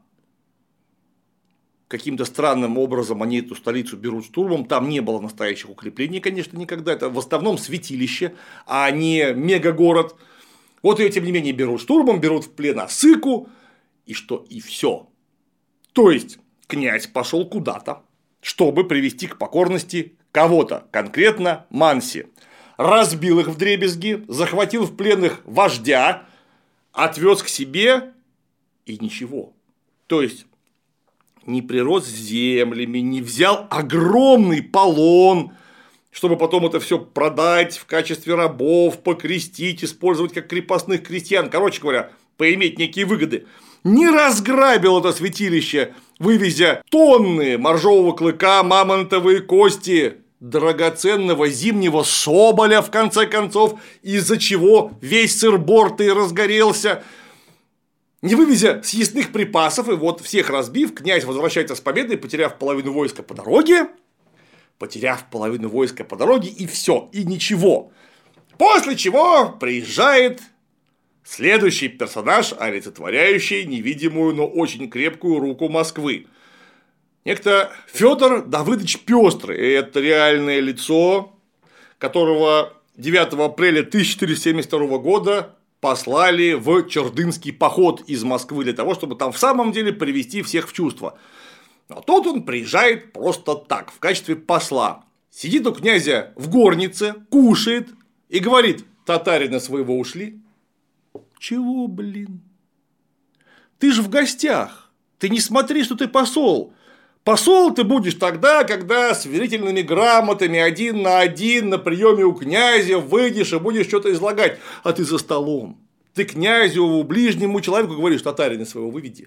Каким-то странным образом они эту столицу берут штурмом, там не было настоящих укреплений, конечно, никогда, это в основном святилище, а не мегагород. Вот ее, тем не менее, берут штурмом, берут в плен Асыку, и что, и все. То есть, князь пошел куда-то, чтобы привести к покорности кого-то, конкретно Манси. Разбил их вдребезги, захватил в плен их вождя, отвез к себе и ничего. То есть, не прирос с землями, не взял огромный полон, чтобы потом это все продать в качестве рабов, покрестить, использовать как крепостных крестьян, короче говоря, поиметь некие выгоды. Не разграбил это святилище, вывезя тонны моржового клыка, мамонтовые кости, драгоценного зимнего соболя, в конце концов, из-за чего весь сыр-бор и разгорелся. Не вывезя съестных припасов, и вот всех разбив, князь возвращается с победой, потеряв половину войска по дороге, потеряв половину войска по дороге, и все, и ничего. После чего приезжает следующий персонаж, олицетворяющий невидимую, но очень крепкую руку Москвы. Некто Федор Давыдович Пестрый. Это реальное лицо, которого девятого апреля тысяча четыреста семьдесят второго года послали в Чердынский поход из Москвы для того, чтобы там в самом деле привести всех в чувство. А тут он приезжает просто так, в качестве посла. Сидит у князя в горнице, кушает и говорит: татарина своего ушли. Чего, блин? Ты же в гостях. Ты не смотри, что ты посол. Посол ты будешь тогда, когда с верительными грамотами один на один на приеме у князя выйдешь и будешь что-то излагать, а ты за столом. Ты князю, ближнему человеку говоришь: татарина своего выведи.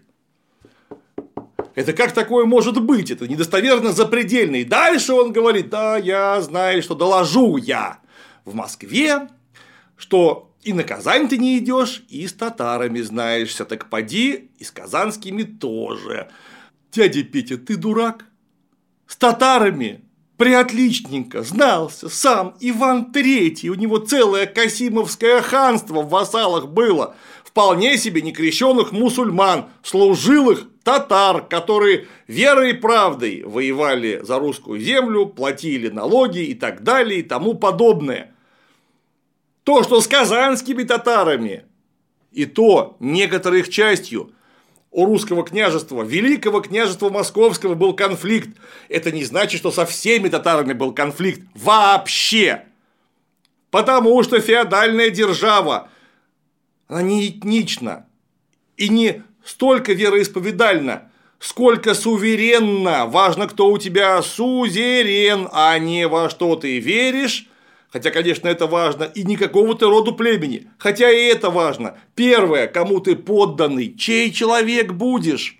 Это как такое может быть? Это недостоверно запредельно. И дальше он говорит: да, я знаю, что доложу я в Москве, что и на Казань ты не идешь, и с татарами знаешься, так поди, и с казанскими тоже. Дядя Петя, ты дурак? С татарами приотличненько знался сам Иван Третий, у него целое Касимовское ханство в вассалах было, вполне себе некрещенных мусульман, служилых татар, которые верой и правдой воевали за русскую землю, платили налоги и так далее и тому подобное. То, что с казанскими татарами, и то некоторой их частью, у русского княжества, великого княжества московского был конфликт, это не значит, что со всеми татарами был конфликт вообще. Потому что феодальная держава, она не этнична и не столько вероисповедальна, сколько суверенна. Важно, кто у тебя сузерен, а не во что ты веришь. Хотя, конечно, это важно, и не какого-то роду племени. Хотя и это важно. Первое, кому ты подданный, чей человек будешь.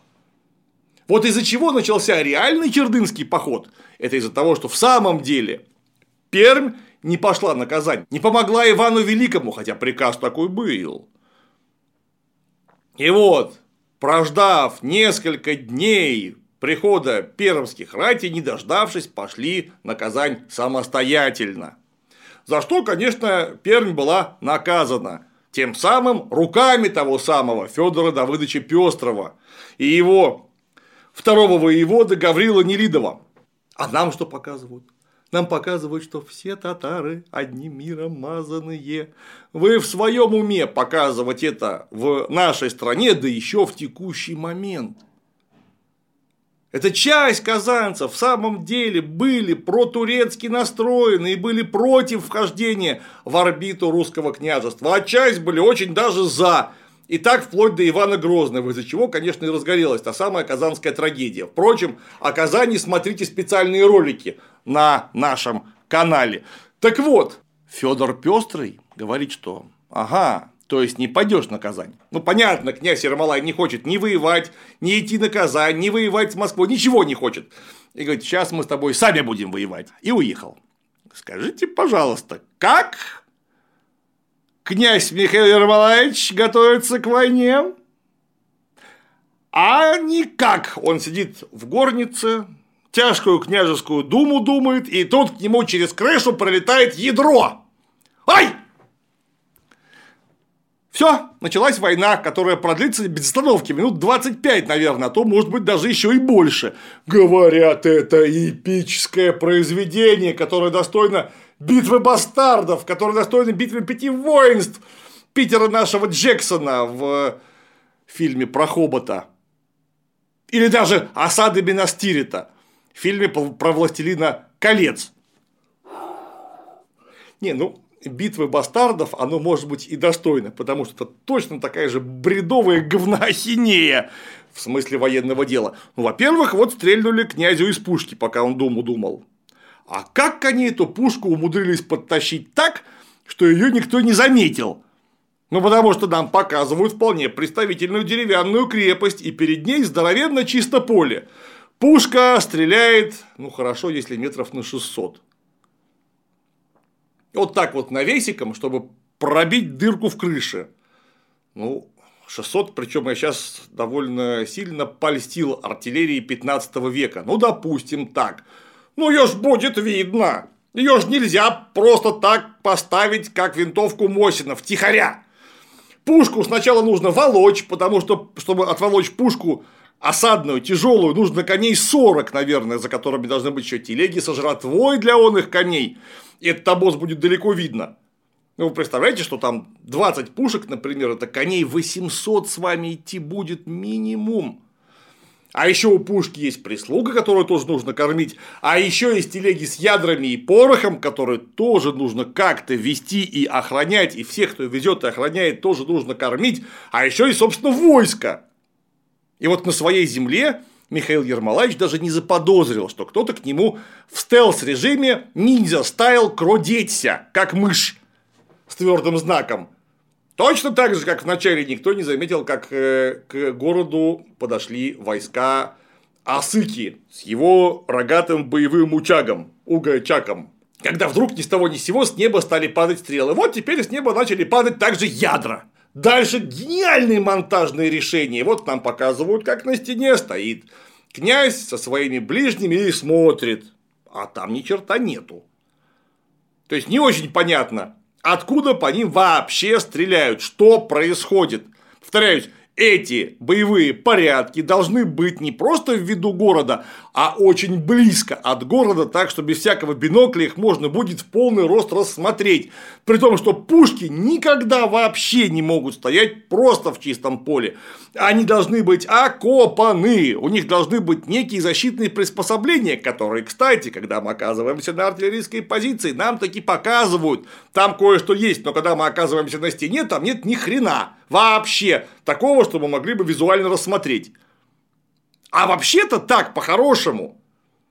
Вот из-за чего начался реальный Чердынский поход. Это из-за того, что в самом деле Пермь не пошла на Казань, не помогла Ивану Великому, хотя приказ такой был. И вот, прождав несколько дней прихода пермских ратей, не дождавшись, пошли на Казань самостоятельно. За что, конечно, Пермь была наказана. Тем самым руками того самого Федора Давыдовича Пестрова и его второго воевода Гаврила Нелидова. А нам что показывают? Нам показывают, что все татары одним миром мазанные. Вы в своем уме показывать это в нашей стране, да еще в текущий момент. Эта часть казанцев в самом деле были протурецки настроены и были против вхождения в орбиту русского княжества, а часть были очень даже за. И так вплоть до Ивана Грозного, из-за чего, конечно, и разгорелась та самая казанская трагедия. Впрочем, о Казани смотрите специальные ролики на нашем канале. Так вот, Федор Пестрый говорит, что ага, то есть не пойдешь на Казань. Ну, понятно, князь Ермолай не хочет ни воевать, ни идти на Казань, ни воевать с Москвой, ничего не хочет. И говорит, сейчас мы с тобой сами будем воевать. И уехал. Скажите, пожалуйста, как князь Михаил Ермолаевич готовится к войне? А никак. Он сидит в горнице, тяжкую княжескую думу думает, и тут к нему через крышу пролетает ядро. Ай! Все, началась война, которая продлится без остановки минут двадцать пять, наверное, а то, может быть, даже еще и больше. Говорят, это эпическое произведение, которое достойно битвы бастардов, которое достойно битвы пяти воинств Питера нашего Джексона в фильме про Хобота. Или даже осады Минастирита в фильме про Властелина колец. Не, ну, битвы бастардов, оно может быть и достойно, потому что это точно такая же бредовая говноахинея в смысле военного дела. Ну, во-первых, вот стрельнули князю из пушки, пока он думу думал. А как они эту пушку умудрились подтащить так, что ее никто не заметил? Ну, потому что нам показывают вполне представительную деревянную крепость, и перед ней здоровенно чисто поле. Пушка стреляет, ну, хорошо, если метров на шестьсот. Вот так вот навесиком, чтобы пробить дырку в крыше. Ну, шестьсот, причем я сейчас довольно сильно польстил артиллерии пятнадцатого века. Ну, допустим, так. Ну, ее ж будет видно. Ее ж нельзя просто так поставить, как винтовку Мосина, втихаря. Пушку сначала нужно волочь, потому что, чтобы отволочь пушку осадную, тяжелую, нужно коней сорок, наверное, за которыми должны быть еще телеги со жратвой для онных коней. И этот обоз будет далеко видно. Ну, вы представляете, что там двадцать пушек, например, это коней восемьсот с вами идти будет минимум. А еще у пушки есть прислуга, которую тоже нужно кормить. А еще есть телеги с ядрами и порохом, которые тоже нужно как-то вести и охранять. И всех, кто везет и охраняет, тоже нужно кормить. А еще и, собственно, войско. И вот на своей земле Михаил Ермолаевич даже не заподозрил, что кто-то к нему в стелс-режиме ниндзя-стайл кродеться, как мышь с твердым знаком. Точно так же, как вначале никто не заметил, как к городу подошли войска Асыки с его рогатым боевым учагом, Угай-Чаком. Когда вдруг ни с того ни с сего с неба стали падать стрелы. Вот теперь с неба начали падать также ядра. Дальше гениальные монтажные решения. Вот нам показывают, как на стене стоит князь со своими ближними и смотрит. А там ни черта нету. То есть не очень понятно, откуда по ним вообще стреляют, что происходит. Повторяюсь, эти боевые порядки должны быть не просто в виду города, а очень близко от города, так что без всякого бинокля их можно будет в полный рост рассмотреть. При том, что пушки никогда вообще не могут стоять просто в чистом поле. Они должны быть окопаны, у них должны быть некие защитные приспособления, которые, кстати, когда мы оказываемся на артиллерийской позиции, нам таки показывают, там кое-что есть, но когда мы оказываемся на стене, там нет ни хрена вообще такого, что мы могли бы визуально рассмотреть. А вообще-то так, по-хорошему,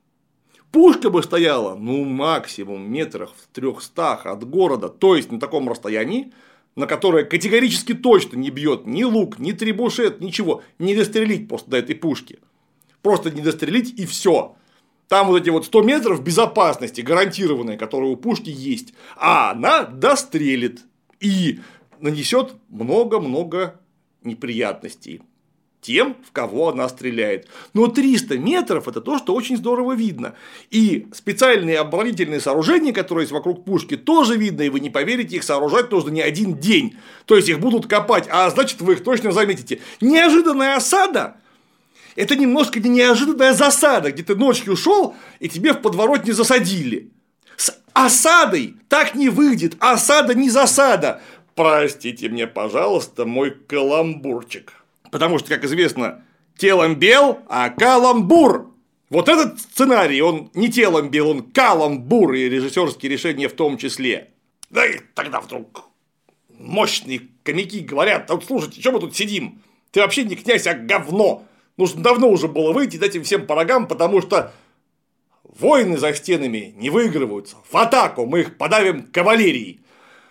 пушка бы стояла, ну, максимум метрах в трехстах от города, то есть на таком расстоянии, на которое категорически точно не бьет ни лук, ни требушет, ничего, не дострелить просто до этой пушки. Просто не дострелить и все. Там вот эти вот сто метров безопасности гарантированные, которые у пушки есть, а она дострелит и нанесет много-много неприятностей тем, в кого она стреляет. Но триста метров – это то, что очень здорово видно. И специальные оборонительные сооружения, которые есть вокруг пушки, тоже видно, и вы не поверите, их сооружать нужно не один день. То есть их будут копать, а значит, вы их точно заметите. Неожиданная осада – это немножко не неожиданная засада, где ты ночью шел, и тебе в подворотне засадили. С осадой так не выйдет, осада не засада. Простите мне, пожалуйста, мой каламбурчик. Потому что, как известно, телом бел, а каламбур. Вот этот сценарий, он не телом бел, он каламбур, и режиссерские решения в том числе. Да и тогда вдруг мощные комики говорят: вот слушайте, что мы тут сидим? Ты вообще не князь, а говно. Нужно давно уже было выйти, дать им всем по рогам, потому что войны за стенами не выигрываются. В атаку мы их подавим кавалерией.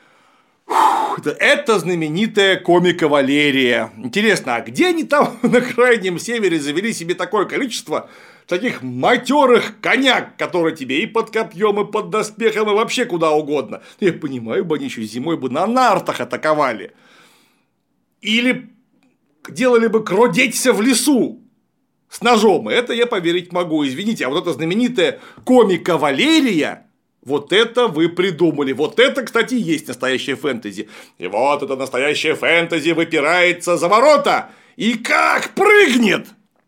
Это знаменитая комик-кавалерия. Интересно, а где они там на крайнем севере завели себе такое количество таких матерых коняк, которые тебе и под копьем, и под доспехом, и вообще куда угодно? Я понимаю, бы они еще зимой бы на нартах атаковали. Или делали бы кродеться в лесу с ножом. Это я поверить могу. Извините, а вот эта знаменитая комик-кавалерия, вот это вы придумали. Вот это, кстати, и есть настоящее фэнтези. И вот это настоящее фэнтези выпирается за ворота. И как прыгнет!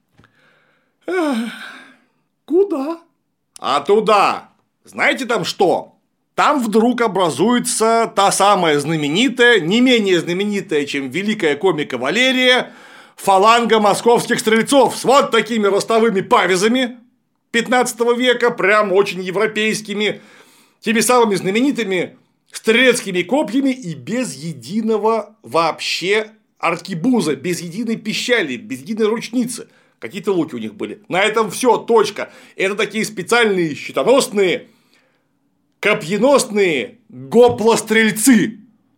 Эх, куда? А туда. Знаете там что? Там вдруг образуется та самая знаменитая, не менее знаменитая, чем великая комик-кавалерия, фаланга московских стрельцов с вот такими ростовыми павезами пятнадцатого века, прям очень европейскими, теми самыми знаменитыми стрелецкими копьями и без единого вообще аркебуза, без единой пищали, без единой ручницы. Какие-то луки у них были. На этом все, точка. Это такие специальные щитоносные, копьеносные гоплострельцы.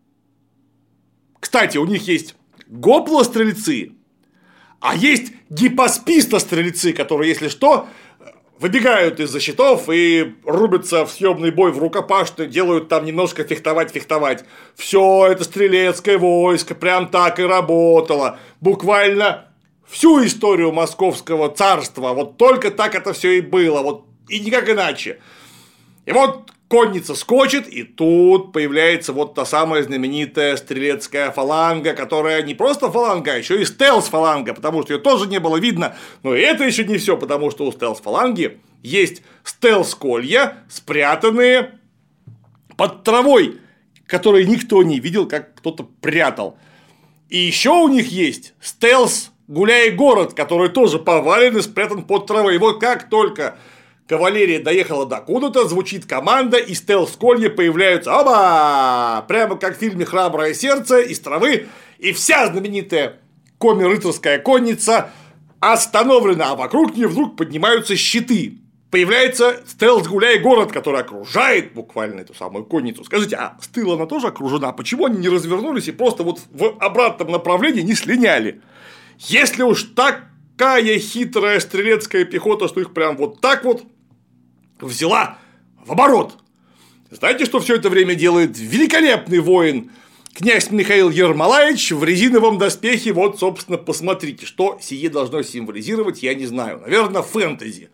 Кстати, у них есть гоплострельцы, а есть гипоспистострельцы, которые, если что, выбегают из-за щитов и рубятся в съемный бой в рукопашную, делают там немножко фехтовать-фехтовать. Все это стрелецкое войско прям так и работало. Буквально всю историю московского царства. Вот только так это все и было. Вот и никак иначе. И вот конница скочит, и тут появляется вот та самая знаменитая стрелецкая фаланга, которая не просто фаланга, а еще и стелс-фаланга, потому что ее тоже не было видно. Но и это еще не все, потому что у стелс-фаланги есть стелс-колья, спрятанные под травой, которые никто не видел, как кто-то прятал. И еще у них есть стелс гуляй-город, который тоже повален и спрятан под травой. И вот как только кавалерия доехала до куда-то, звучит команда, и стелс-колья появляются, оба! Прямо как в фильме «Храброе сердце» из травы, и вся знаменитая коми-рыцарская конница остановлена, а вокруг нее вдруг поднимаются щиты. Появляется стелс-гуляй-город, который окружает буквально эту самую конницу. Скажите, а с тыла она тоже окружена? Почему они не развернулись и просто вот в обратном направлении не слиняли? Если уж такая хитрая стрелецкая пехота, что их прям вот так вот взяла в оборот. Знаете, что все это время делает великолепный воин князь Михаил Ермолаевич в резиновом доспехе? Вот, собственно, посмотрите, что сие должно символизировать, я не знаю. Наверное, фэнтези.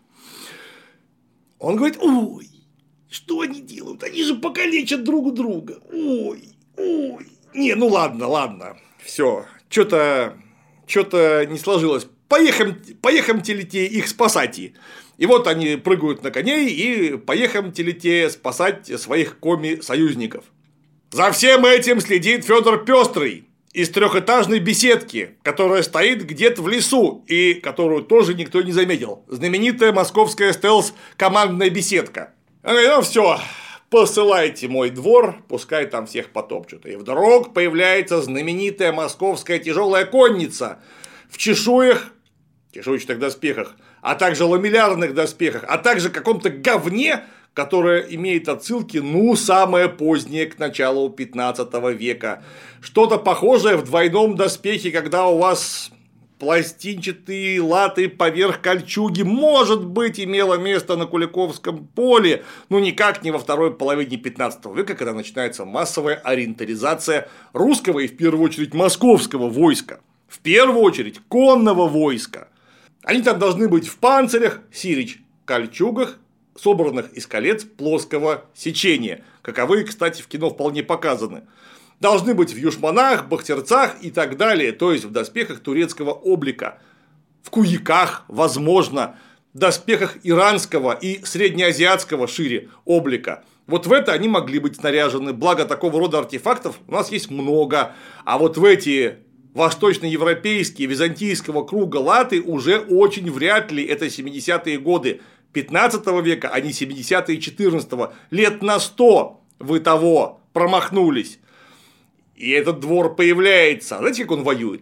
Он говорит: ой, что они делают? Они же покалечат друг друга. Ой, ой. Не, ну ладно, ладно. Все, что-то что-то не сложилось. Поехам, поехамте лете их спасать. И вот они прыгают на коней и поехамте лете спасать своих коми-союзников. За всем этим следит Федор Пестрый из трехэтажной беседки, которая стоит где-то в лесу и которую тоже никто не заметил. Знаменитая московская стелс-командная беседка. Ну все, посылайте мой двор, пускай там всех потопчут. И вдруг появляется знаменитая московская тяжелая конница в чешуях, чешуйчатых доспехах, а также ламеллярных доспехах, а также каком-то говне, которое имеет отсылки, ну, самое позднее, к началу пятнадцатого века. Что-то похожее в двойном доспехе, когда у вас пластинчатые латы поверх кольчуги, может быть, имело место на Куликовском поле, но никак не во второй половине пятнадцатого века, когда начинается массовая ориентализация русского и, в первую очередь, московского войска. В первую очередь конного войска. Они там должны быть в панцирях, сирич, кольчугах, собранных из колец плоского сечения. Каковые, кстати, в кино вполне показаны. Должны быть в юшманах, бахтерцах и так далее, то есть в доспехах турецкого облика. В куяках, возможно, доспехах иранского и среднеазиатского шире облика. Вот в это они могли быть снаряжены. Благо, такого рода артефактов у нас есть много. А вот в эти восточноевропейские, византийского круга латы уже очень вряд ли. Это семидесятые годы пятнадцатого века, а не семидесятые четырнадцатого. Лет на сто вы того промахнулись. И этот двор появляется. Знаете, как он воюет?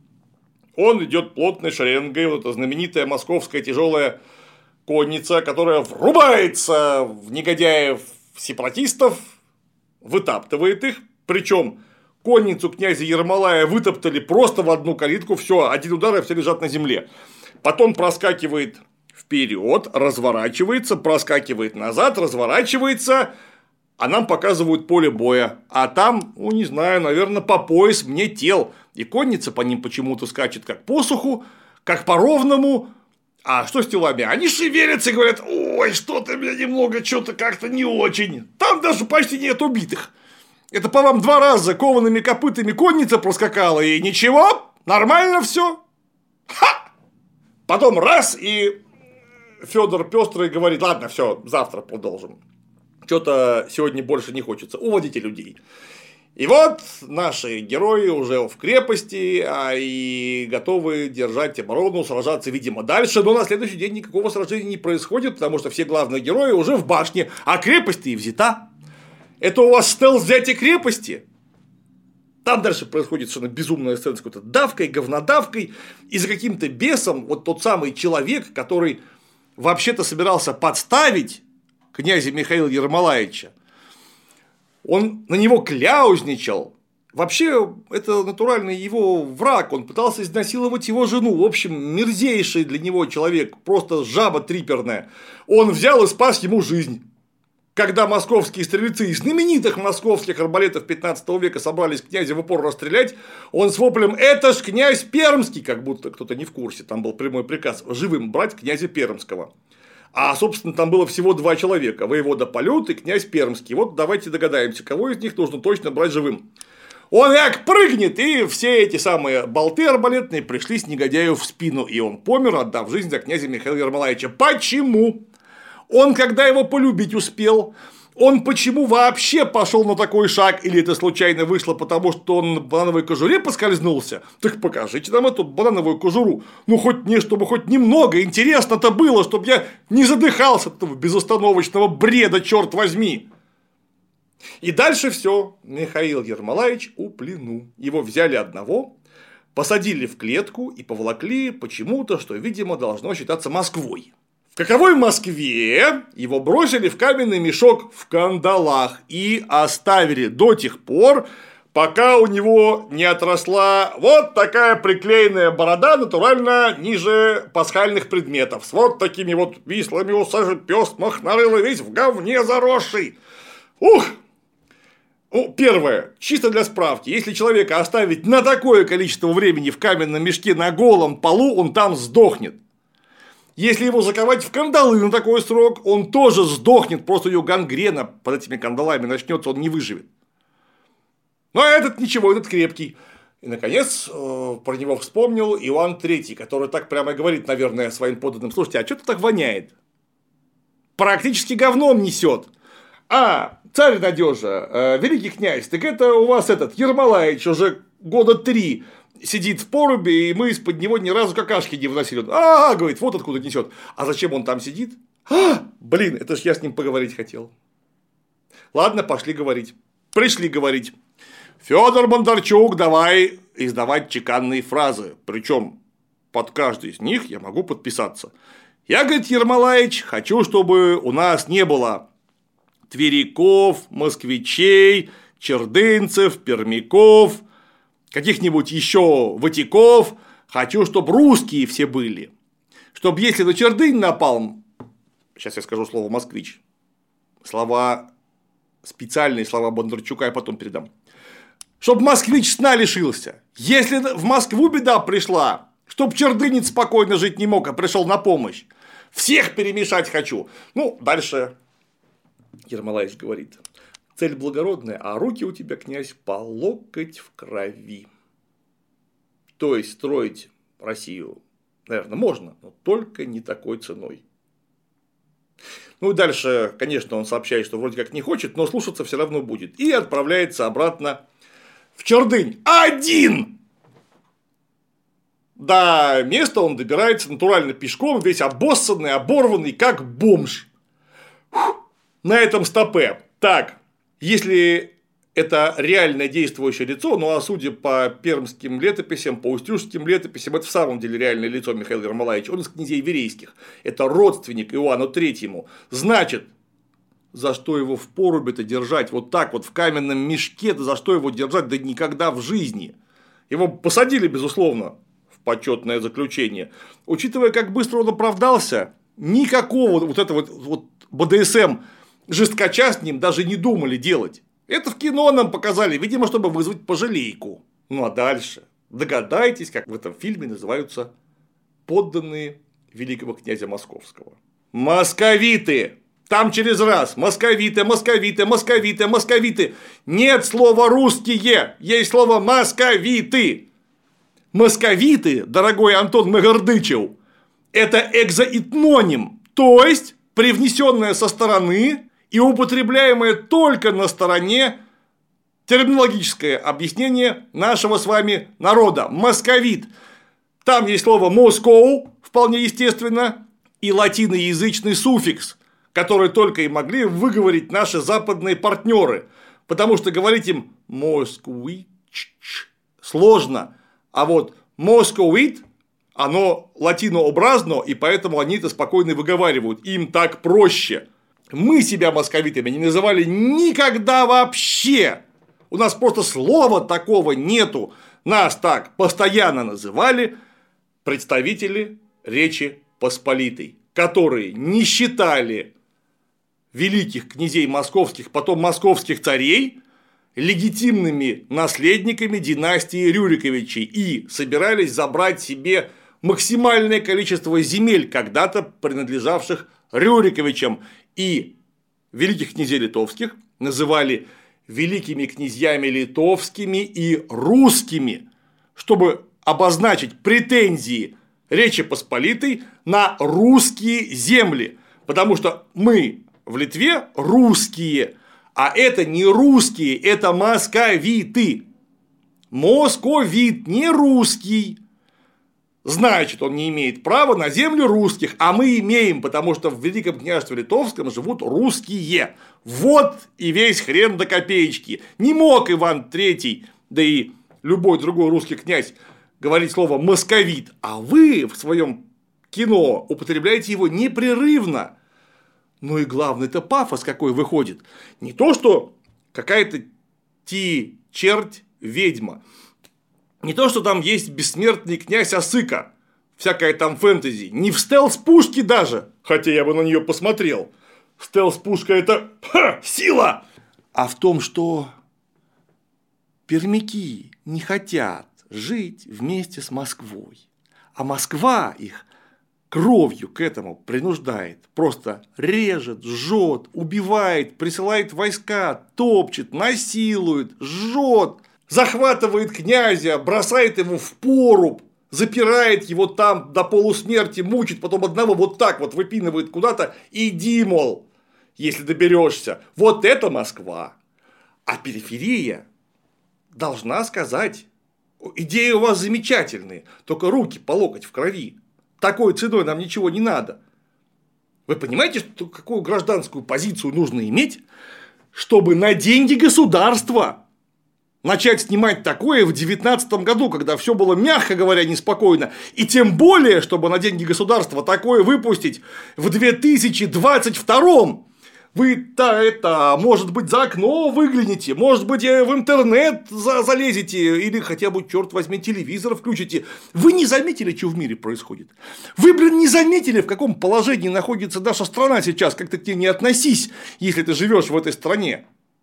Он идет плотной шеренгой, вот эта знаменитая московская тяжелая конница, которая врубается в негодяев сепаратистов, вытаптывает их. Причем конницу князя Ермолая вытоптали просто в одну калитку, все, один удар, и все лежат на земле. Потом проскакивает вперед, разворачивается, проскакивает назад, разворачивается. А нам показывают поле боя. А там, ну не знаю, наверное, по пояс мне тел. И конница по ним почему-то скачет как по суху, как по ровному. А что с телами? Они шевелятся и говорят: ой, что-то меня немного, что-то как-то не очень. Там даже почти нет убитых. Это по вам два раза коваными копытами конница проскакала, и ничего, нормально все. Ха! Потом раз, и Федор Пестрый говорит: ладно, все, завтра продолжим. Что-то сегодня больше не хочется. Уводите людей. И вот наши герои уже в крепости, а и готовы держать оборону, сражаться, видимо, дальше. Но на следующий день никакого сражения не происходит, потому что все главные герои уже в башне, а крепость-то и взята. Это у вас стелс взятия крепости? Там дальше происходит совершенно безумная сцена с какой-то давкой, говнодавкой, и за каким-то бесом вот тот самый человек, который вообще-то собирался подставить князя Михаила Ермолаевича, он на него кляузничал. Вообще, это натуральный его враг, он пытался изнасиловать его жену. В общем, мерзейший для него человек, просто жаба триперная. Он взял и спас ему жизнь. Когда московские стрельцы из знаменитых московских арбалетов пятнадцатого века собрались князя в упор расстрелять, он с воплем: это ж князь Пермский, как будто кто-то не в курсе, там был прямой приказ живым брать князя Пермского. А, собственно, там было всего два человека: воевода Полют и князь Пермский. Вот давайте догадаемся, кого из них нужно точно брать живым. Он как прыгнет, и все эти самые болты арбалетные пришлись негодяю в спину, и он помер, отдав жизнь за князя Михаила Ермолаевича. Почему? Он когда его полюбить успел? Он почему вообще пошел на такой шаг? Или это случайно вышло, потому что он на банановой кожуре поскользнулся? Так покажите нам эту банановую кожуру. Ну, хоть не, чтобы хоть немного интересно-то было, чтобы я не задыхался от этого безостановочного бреда, черт возьми. И дальше все. Михаил Ермолаевич у плену. Его взяли одного, посадили в клетку и поволокли почему-то, что, видимо, должно считаться Москвой. В каковой Москве его бросили в каменный мешок в кандалах и оставили до тех пор, пока у него не отросла вот такая приклеенная борода, натурально ниже пасхальных предметов, с вот такими вот вислыми усажи, пёс махнарылый, весь в говне заросший. Ух! Ну, первое, чисто для справки, если человека оставить на такое количество времени в каменном мешке на голом полу, он там сдохнет. Если его заковать в кандалы на такой срок, он тоже сдохнет, просто у него гангрена под этими кандалами начнется, он не выживет. Но этот ничего, этот крепкий. И, наконец, про него вспомнил Иоанн Третий, который так прямо и говорит, наверное, своим подданным: слушайте, а что-то так воняет? Практически говном несет. А, царь надежа, великий князь, так это у вас этот Ермолаевич уже года три сидит в поруби, и мы из-под него ни разу какашки не выносили. А, говорит, вот откуда несет. А зачем он там сидит? А, блин, это ж я с ним поговорить хотел. Ладно, пошли говорить. Пришли говорить. Федор Бондарчук, давай издавать чеканные фразы. Причем под каждой из них я могу подписаться. Я, говорит, Ермолаевич, хочу, чтобы у нас не было тверяков, москвичей, чердынцев, пермяков, каких-нибудь еще ватиков. Хочу, чтобы русские все были. Чтобы если на Чердынь напал, сейчас я скажу слово москвич, слова, специальные слова Бондарчука я потом передам. Чтобы москвич сна лишился. Если в Москву беда пришла, чтоб чердынец спокойно жить не мог, а пришел на помощь. Всех перемешать хочу. Ну, дальше Ермолаевич говорит. Цель благородная, а руки у тебя, князь, по локоть в крови. То есть строить Россию, наверное, можно, но только не такой ценой. Ну и дальше, конечно, он сообщает, что вроде как не хочет, но слушаться все равно будет. И отправляется обратно в Чердынь. Один! До места он добирается натурально пешком, весь обоссанный, оборванный, как бомж. Фух, на этом стопе. Так, если это реальное действующее лицо, ну а судя по пермским летописям, по устюжским летописям, это в самом деле реальное лицо Михаила Ермолаевича, он из князей Верейских, это родственник Иоанну Третьему, значит, за что его в порубе-то держать вот так вот в каменном мешке, да за что его держать, да никогда в жизни, его посадили, безусловно, в почетное заключение, учитывая, как быстро он оправдался, никакого вот этого вот бэ дэ эс эм жесткача с ним даже не думали делать. Это в кино нам показали, видимо, чтобы вызвать пожалейку. Ну а дальше догадайтесь, как в этом фильме называются подданные великого князя Московского. Московиты! Там через раз. Московиты, московиты, московиты, московиты. Нет слова русские, есть слово московиты. Московиты, дорогой Антон Мегардычев, это экзоэтноним, то есть привнесенное со стороны и употребляемое только на стороне терминологическое объяснение нашего с вами народа. Московит. Там есть слово Moscow, вполне естественно, и латиноязычный суффикс, который только и могли выговорить наши западные партнеры, потому что говорить им москвич сложно, а вот московит оно латинообразно, и поэтому они это спокойно выговаривают, им так проще. Мы себя московитами не называли никогда вообще. У нас просто слова такого нету. Нас так постоянно называли представители Речи Посполитой, которые не считали великих князей московских, потом московских царей легитимными наследниками династии Рюриковичей и собирались забрать себе максимальное количество земель, когда-то принадлежавших Рюриковичам. И великих князей литовских называли великими князьями литовскими и русскими, чтобы обозначить претензии Речи Посполитой на русские земли. Потому что мы в Литве русские, а это не русские, это московиты. Московит не русский. Значит, он не имеет права на землю русских, а мы имеем, потому что в Великом княжестве Литовском живут русские. Вот и весь хрен до копеечки. Не мог Иван Третий, да и любой другой русский князь говорить слово «московит», а вы в своем кино употребляете его непрерывно. Ну и главное, это пафос какой выходит. Не то, что какая-то ти черть ведьма. Не то, что там есть бессмертный князь Осыка, всякая там фэнтези, не в стелс-пушке даже, хотя я бы на нее посмотрел. Стелс-пушка – это ха, сила! А в том, что пермяки не хотят жить вместе с Москвой, а Москва их кровью к этому принуждает, просто режет, жжет, убивает, присылает войска, топчет, насилует, жжет. Захватывает князя, бросает его в поруб, запирает его там до полусмерти, мучит, потом одного вот так вот выпинывает куда-то, иди, мол, если доберешься. Вот это Москва. А периферия должна сказать, идеи у вас замечательные, только руки по локоть в крови. Такой ценой нам ничего не надо. Вы понимаете, что, какую гражданскую позицию нужно иметь, чтобы на деньги государства начать снимать такое в девятнадцатом году, когда все было, мягко говоря, неспокойно, и тем более, чтобы на деньги государства такое выпустить в две тысячи двадцать втором. Вы-то это, может быть, за окно выглянете, может быть, в интернет залезете, или хотя бы, черт возьми, телевизор включите. Вы не заметили, что в мире происходит? Вы, блин, не заметили, в каком положении находится наша страна сейчас, как ты к ней не относись, если ты живешь в этой стране?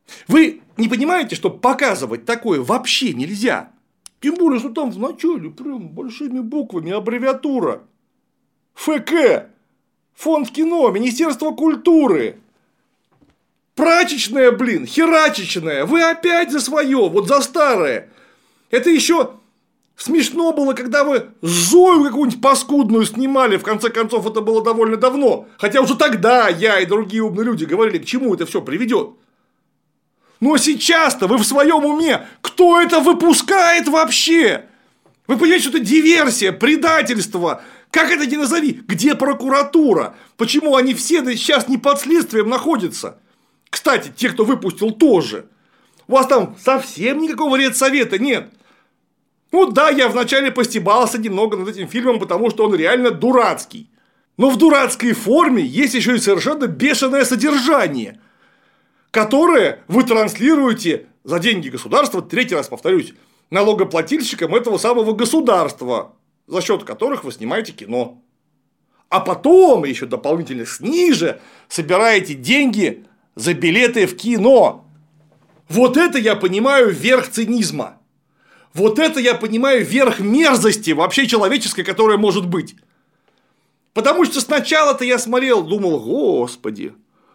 Вы не понимаете, что показывать такое вообще нельзя? Тем более, что там в начале прям большими буквами аббревиатура. эф ка. Фонд кино, Министерство культуры. Прачечная, блин, херачечная. Вы опять за свое, вот за старое. Это еще смешно было, когда вы Зою какую-нибудь паскудную снимали. В конце концов, это было довольно давно. Хотя уже тогда я и другие умные люди говорили, к чему это все приведет. Но сейчас-то вы в своем уме. Кто это выпускает вообще? Вы понимаете, что это диверсия, предательство. Как это ни назови? Где прокуратура? Почему они все сейчас не под следствием находятся? Кстати, те, кто выпустил, тоже. У вас там совсем никакого редсовета нет. Ну да, я вначале постебался немного над этим фильмом, потому что он реально дурацкий. Но в дурацкой форме есть еще и совершенно бешеное содержание, которое вы транслируете за деньги государства, третий раз повторюсь, налогоплательщикам этого самого государства, за счет которых вы снимаете кино. А потом еще дополнительно ниже собираете деньги за билеты в кино. Вот это я понимаю верх цинизма. Вот это я понимаю верх мерзости вообще человеческой, которая может быть. Потому что сначала-то я смотрел, думал, господи,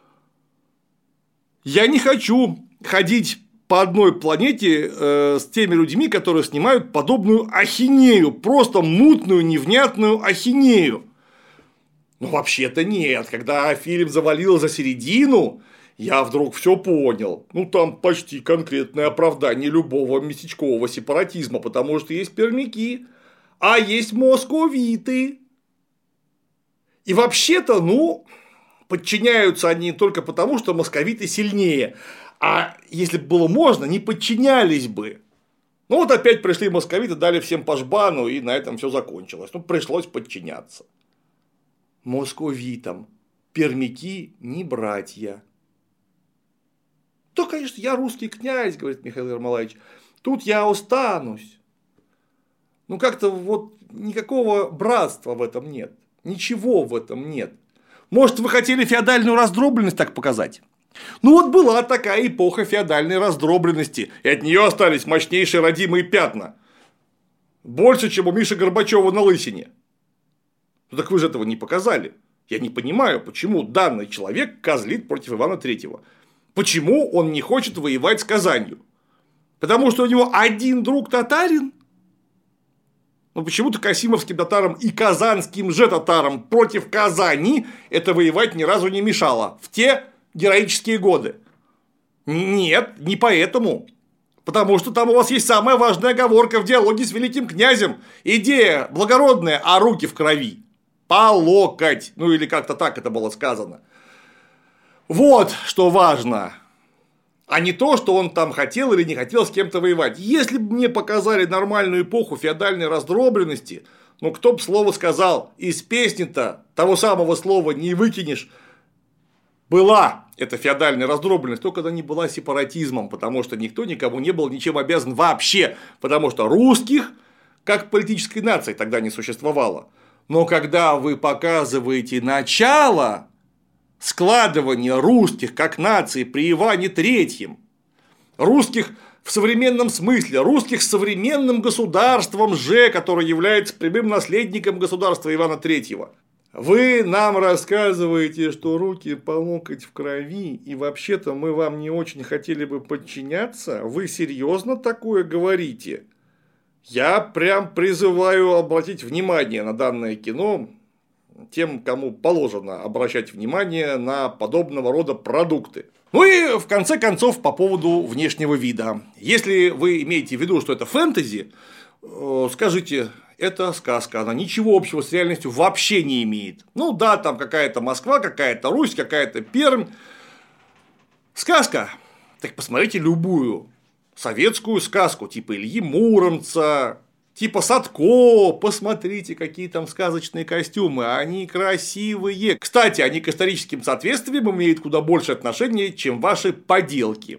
я не хочу ходить по одной планете э, с теми людьми, которые снимают подобную ахинею, просто мутную, невнятную ахинею. Но вообще-то нет, когда фильм завалил за середину, я вдруг все понял. Ну, там почти конкретное оправдание любого местечкового сепаратизма, потому что есть пермяки, а есть московиты. И вообще-то, ну, подчиняются они только потому, что московиты сильнее. А если бы было можно, не подчинялись бы. Ну, вот опять пришли московиты, дали всем по жбану, и на этом все закончилось. Ну, пришлось подчиняться. Московитам пермяки не братья. То, конечно, я русский князь, говорит Михаил Ермолаевич, тут я останусь. Ну, как-то вот никакого братства в этом нет. Ничего в этом нет. Может, вы хотели феодальную раздробленность так показать? Ну, вот была такая эпоха феодальной раздробленности, и от нее остались мощнейшие родимые пятна. Больше, чем у Миши Горбачева на лысине. Ну, так вы же этого не показали. Я не понимаю, почему данный человек козлит против Ивана Третьего. Почему он не хочет воевать с Казанью? Потому что у него один друг татарин? Но почему-то касимовским татарам и казанским же татарам против Казани это воевать ни разу не мешало в те героические годы. Нет, не поэтому. Потому что там у вас есть самая важная оговорка в диалоге с великим князем. Идея благородная, а руки в крови. По локоть. Ну или как-то так это было сказано. Вот что важно. А не то, что он там хотел или не хотел с кем-то воевать. Если бы мне показали нормальную эпоху феодальной раздробленности, ну кто бы слово сказал, из песни-то того самого слова не выкинешь. Была эта феодальная раздробленность, только она не была сепаратизмом, потому что никто никому не был ничем обязан вообще, потому что русских, как политической нации, тогда не существовало. Но когда вы показываете начало складывания русских как нации при Иване Третьем, русских в современном смысле, русских с современным государством же, которое является прямым наследником государства Ивана Третьего, вы нам рассказываете, что руки по локоть в крови, и вообще-то мы вам не очень хотели бы подчиняться? Вы серьезно такое говорите? Я прям призываю обратить внимание на данное кино тем, кому положено обращать внимание на подобного рода продукты. Ну и в конце концов по поводу внешнего вида. Если вы имеете в виду, что это фэнтези, скажите, это сказка, она ничего общего с реальностью вообще не имеет. Ну да, там какая-то Москва, какая-то Русь, какая-то Пермь. Сказка. Так посмотрите любую советскую сказку, типа Ильи Муромца, типа Садко, посмотрите, какие там сказочные костюмы, они красивые. Кстати, они к историческим соответствиям имеют куда больше отношения, чем ваши поделки.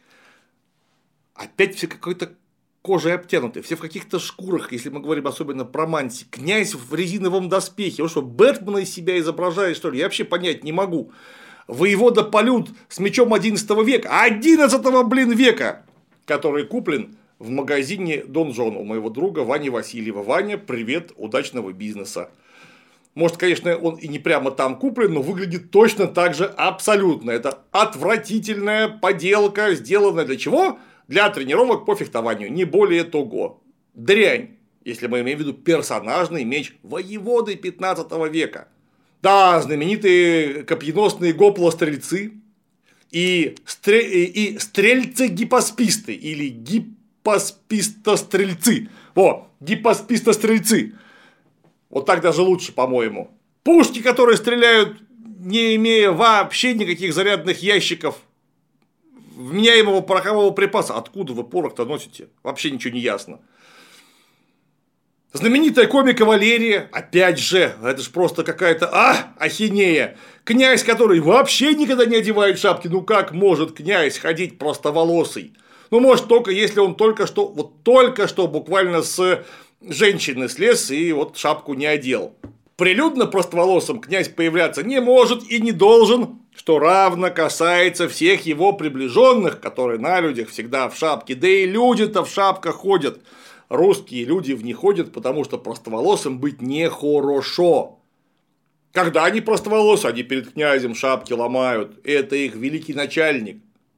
Опять все какой-то кожей обтянуты, все в каких-то шкурах, если мы говорим особенно про Манси. Князь в резиновом доспехе, он что, Бэтмена из себя изображает, что ли? Я вообще понять не могу. воевода Полют с мечом одиннадцатого века, одиннадцатого, блин, века, который куплен в магазине Дон Джон у моего друга Вани Васильева. Ваня, привет, удачного бизнеса. Может, конечно, он и не прямо там куплен, но выглядит точно так же абсолютно. Это отвратительная поделка, сделанная для чего? Для тренировок по фехтованию, не более того. Дрянь, если мы имеем в виду персонажный меч воеводы пятнадцатого века. Да, знаменитые копьеносные гопло-стрельцы и, стре... и стрельцы-гипосписты или гипоспистострельцы. Во, гипоспистострельцы. Вот так даже лучше, по-моему. Пушки, которые стреляют, не имея вообще никаких зарядных ящиков вменяемого порохового припаса. Откуда вы порох-то носите? Вообще ничего не ясно. Знаменитая комика Валерия, опять же, это же просто какая-то а, ахинея. Князь, который вообще никогда не одевает шапки. Ну как может князь ходить простоволосый? Ну может только если он только что, вот только что буквально с женщины слез и вот шапку не одел. Прилюдно простоволосым князь появляться не может и не должен, что равно касается всех его приближенных, которые на людях всегда в шапке. Да и люди-то в шапках ходят. Русские люди в них ходят, потому что простоволосым быть нехорошо. Когда они простоволосы, они перед князем шапки ломают. Это их великий начальник.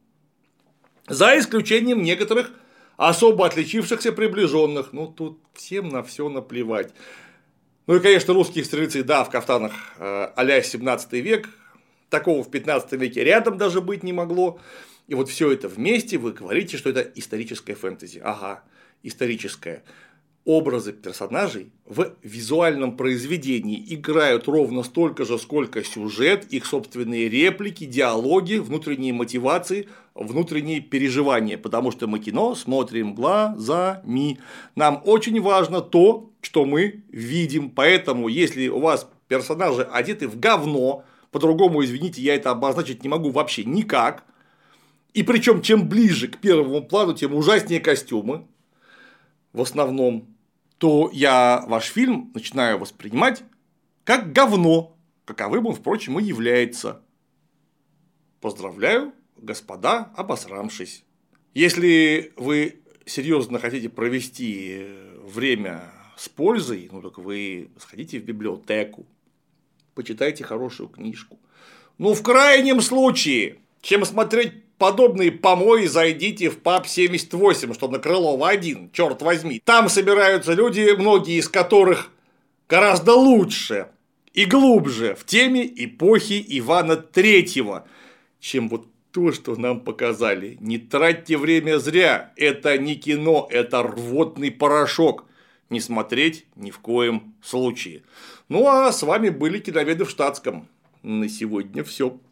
За исключением некоторых особо отличившихся приближенных. Ну, тут всем на все наплевать. Ну и, конечно, русские стрельцы, да, в кафтанах э, а-ля семнадцатый век. Такого в пятнадцатом веке рядом даже быть не могло. И вот все это вместе вы говорите, что это историческое фэнтези. Ага, историческое. Образы персонажей в визуальном произведении играют ровно столько же, сколько сюжет, их собственные реплики, диалоги, внутренние мотивации, внутренние переживания. Потому что мы кино смотрим глазами. Нам очень важно то, что мы видим. Поэтому, если у вас персонажи одеты в говно, по-другому, извините, я это обозначить не могу вообще никак. И причем, чем ближе к первому плану, тем ужаснее костюмы. В основном. То я ваш фильм начинаю воспринимать как говно, каковым он, впрочем, и является. Поздравляю, господа, обосрамшись. Если вы серьезно хотите провести время с пользой, ну так вы сходите в библиотеку, почитайте хорошую книжку. Ну, в крайнем случае, чем смотреть подобные помои, зайдите в паб семьдесят восемь, что на Крылова один, черт возьми. Там собираются люди, многие из которых гораздо лучше и глубже в теме эпохи Ивана Третьего, чем вот то, что нам показали. Не тратьте время зря, это не кино, это рвотный порошок. Не смотреть ни в коем случае. Ну а с вами были киноведы в штатском. На сегодня все.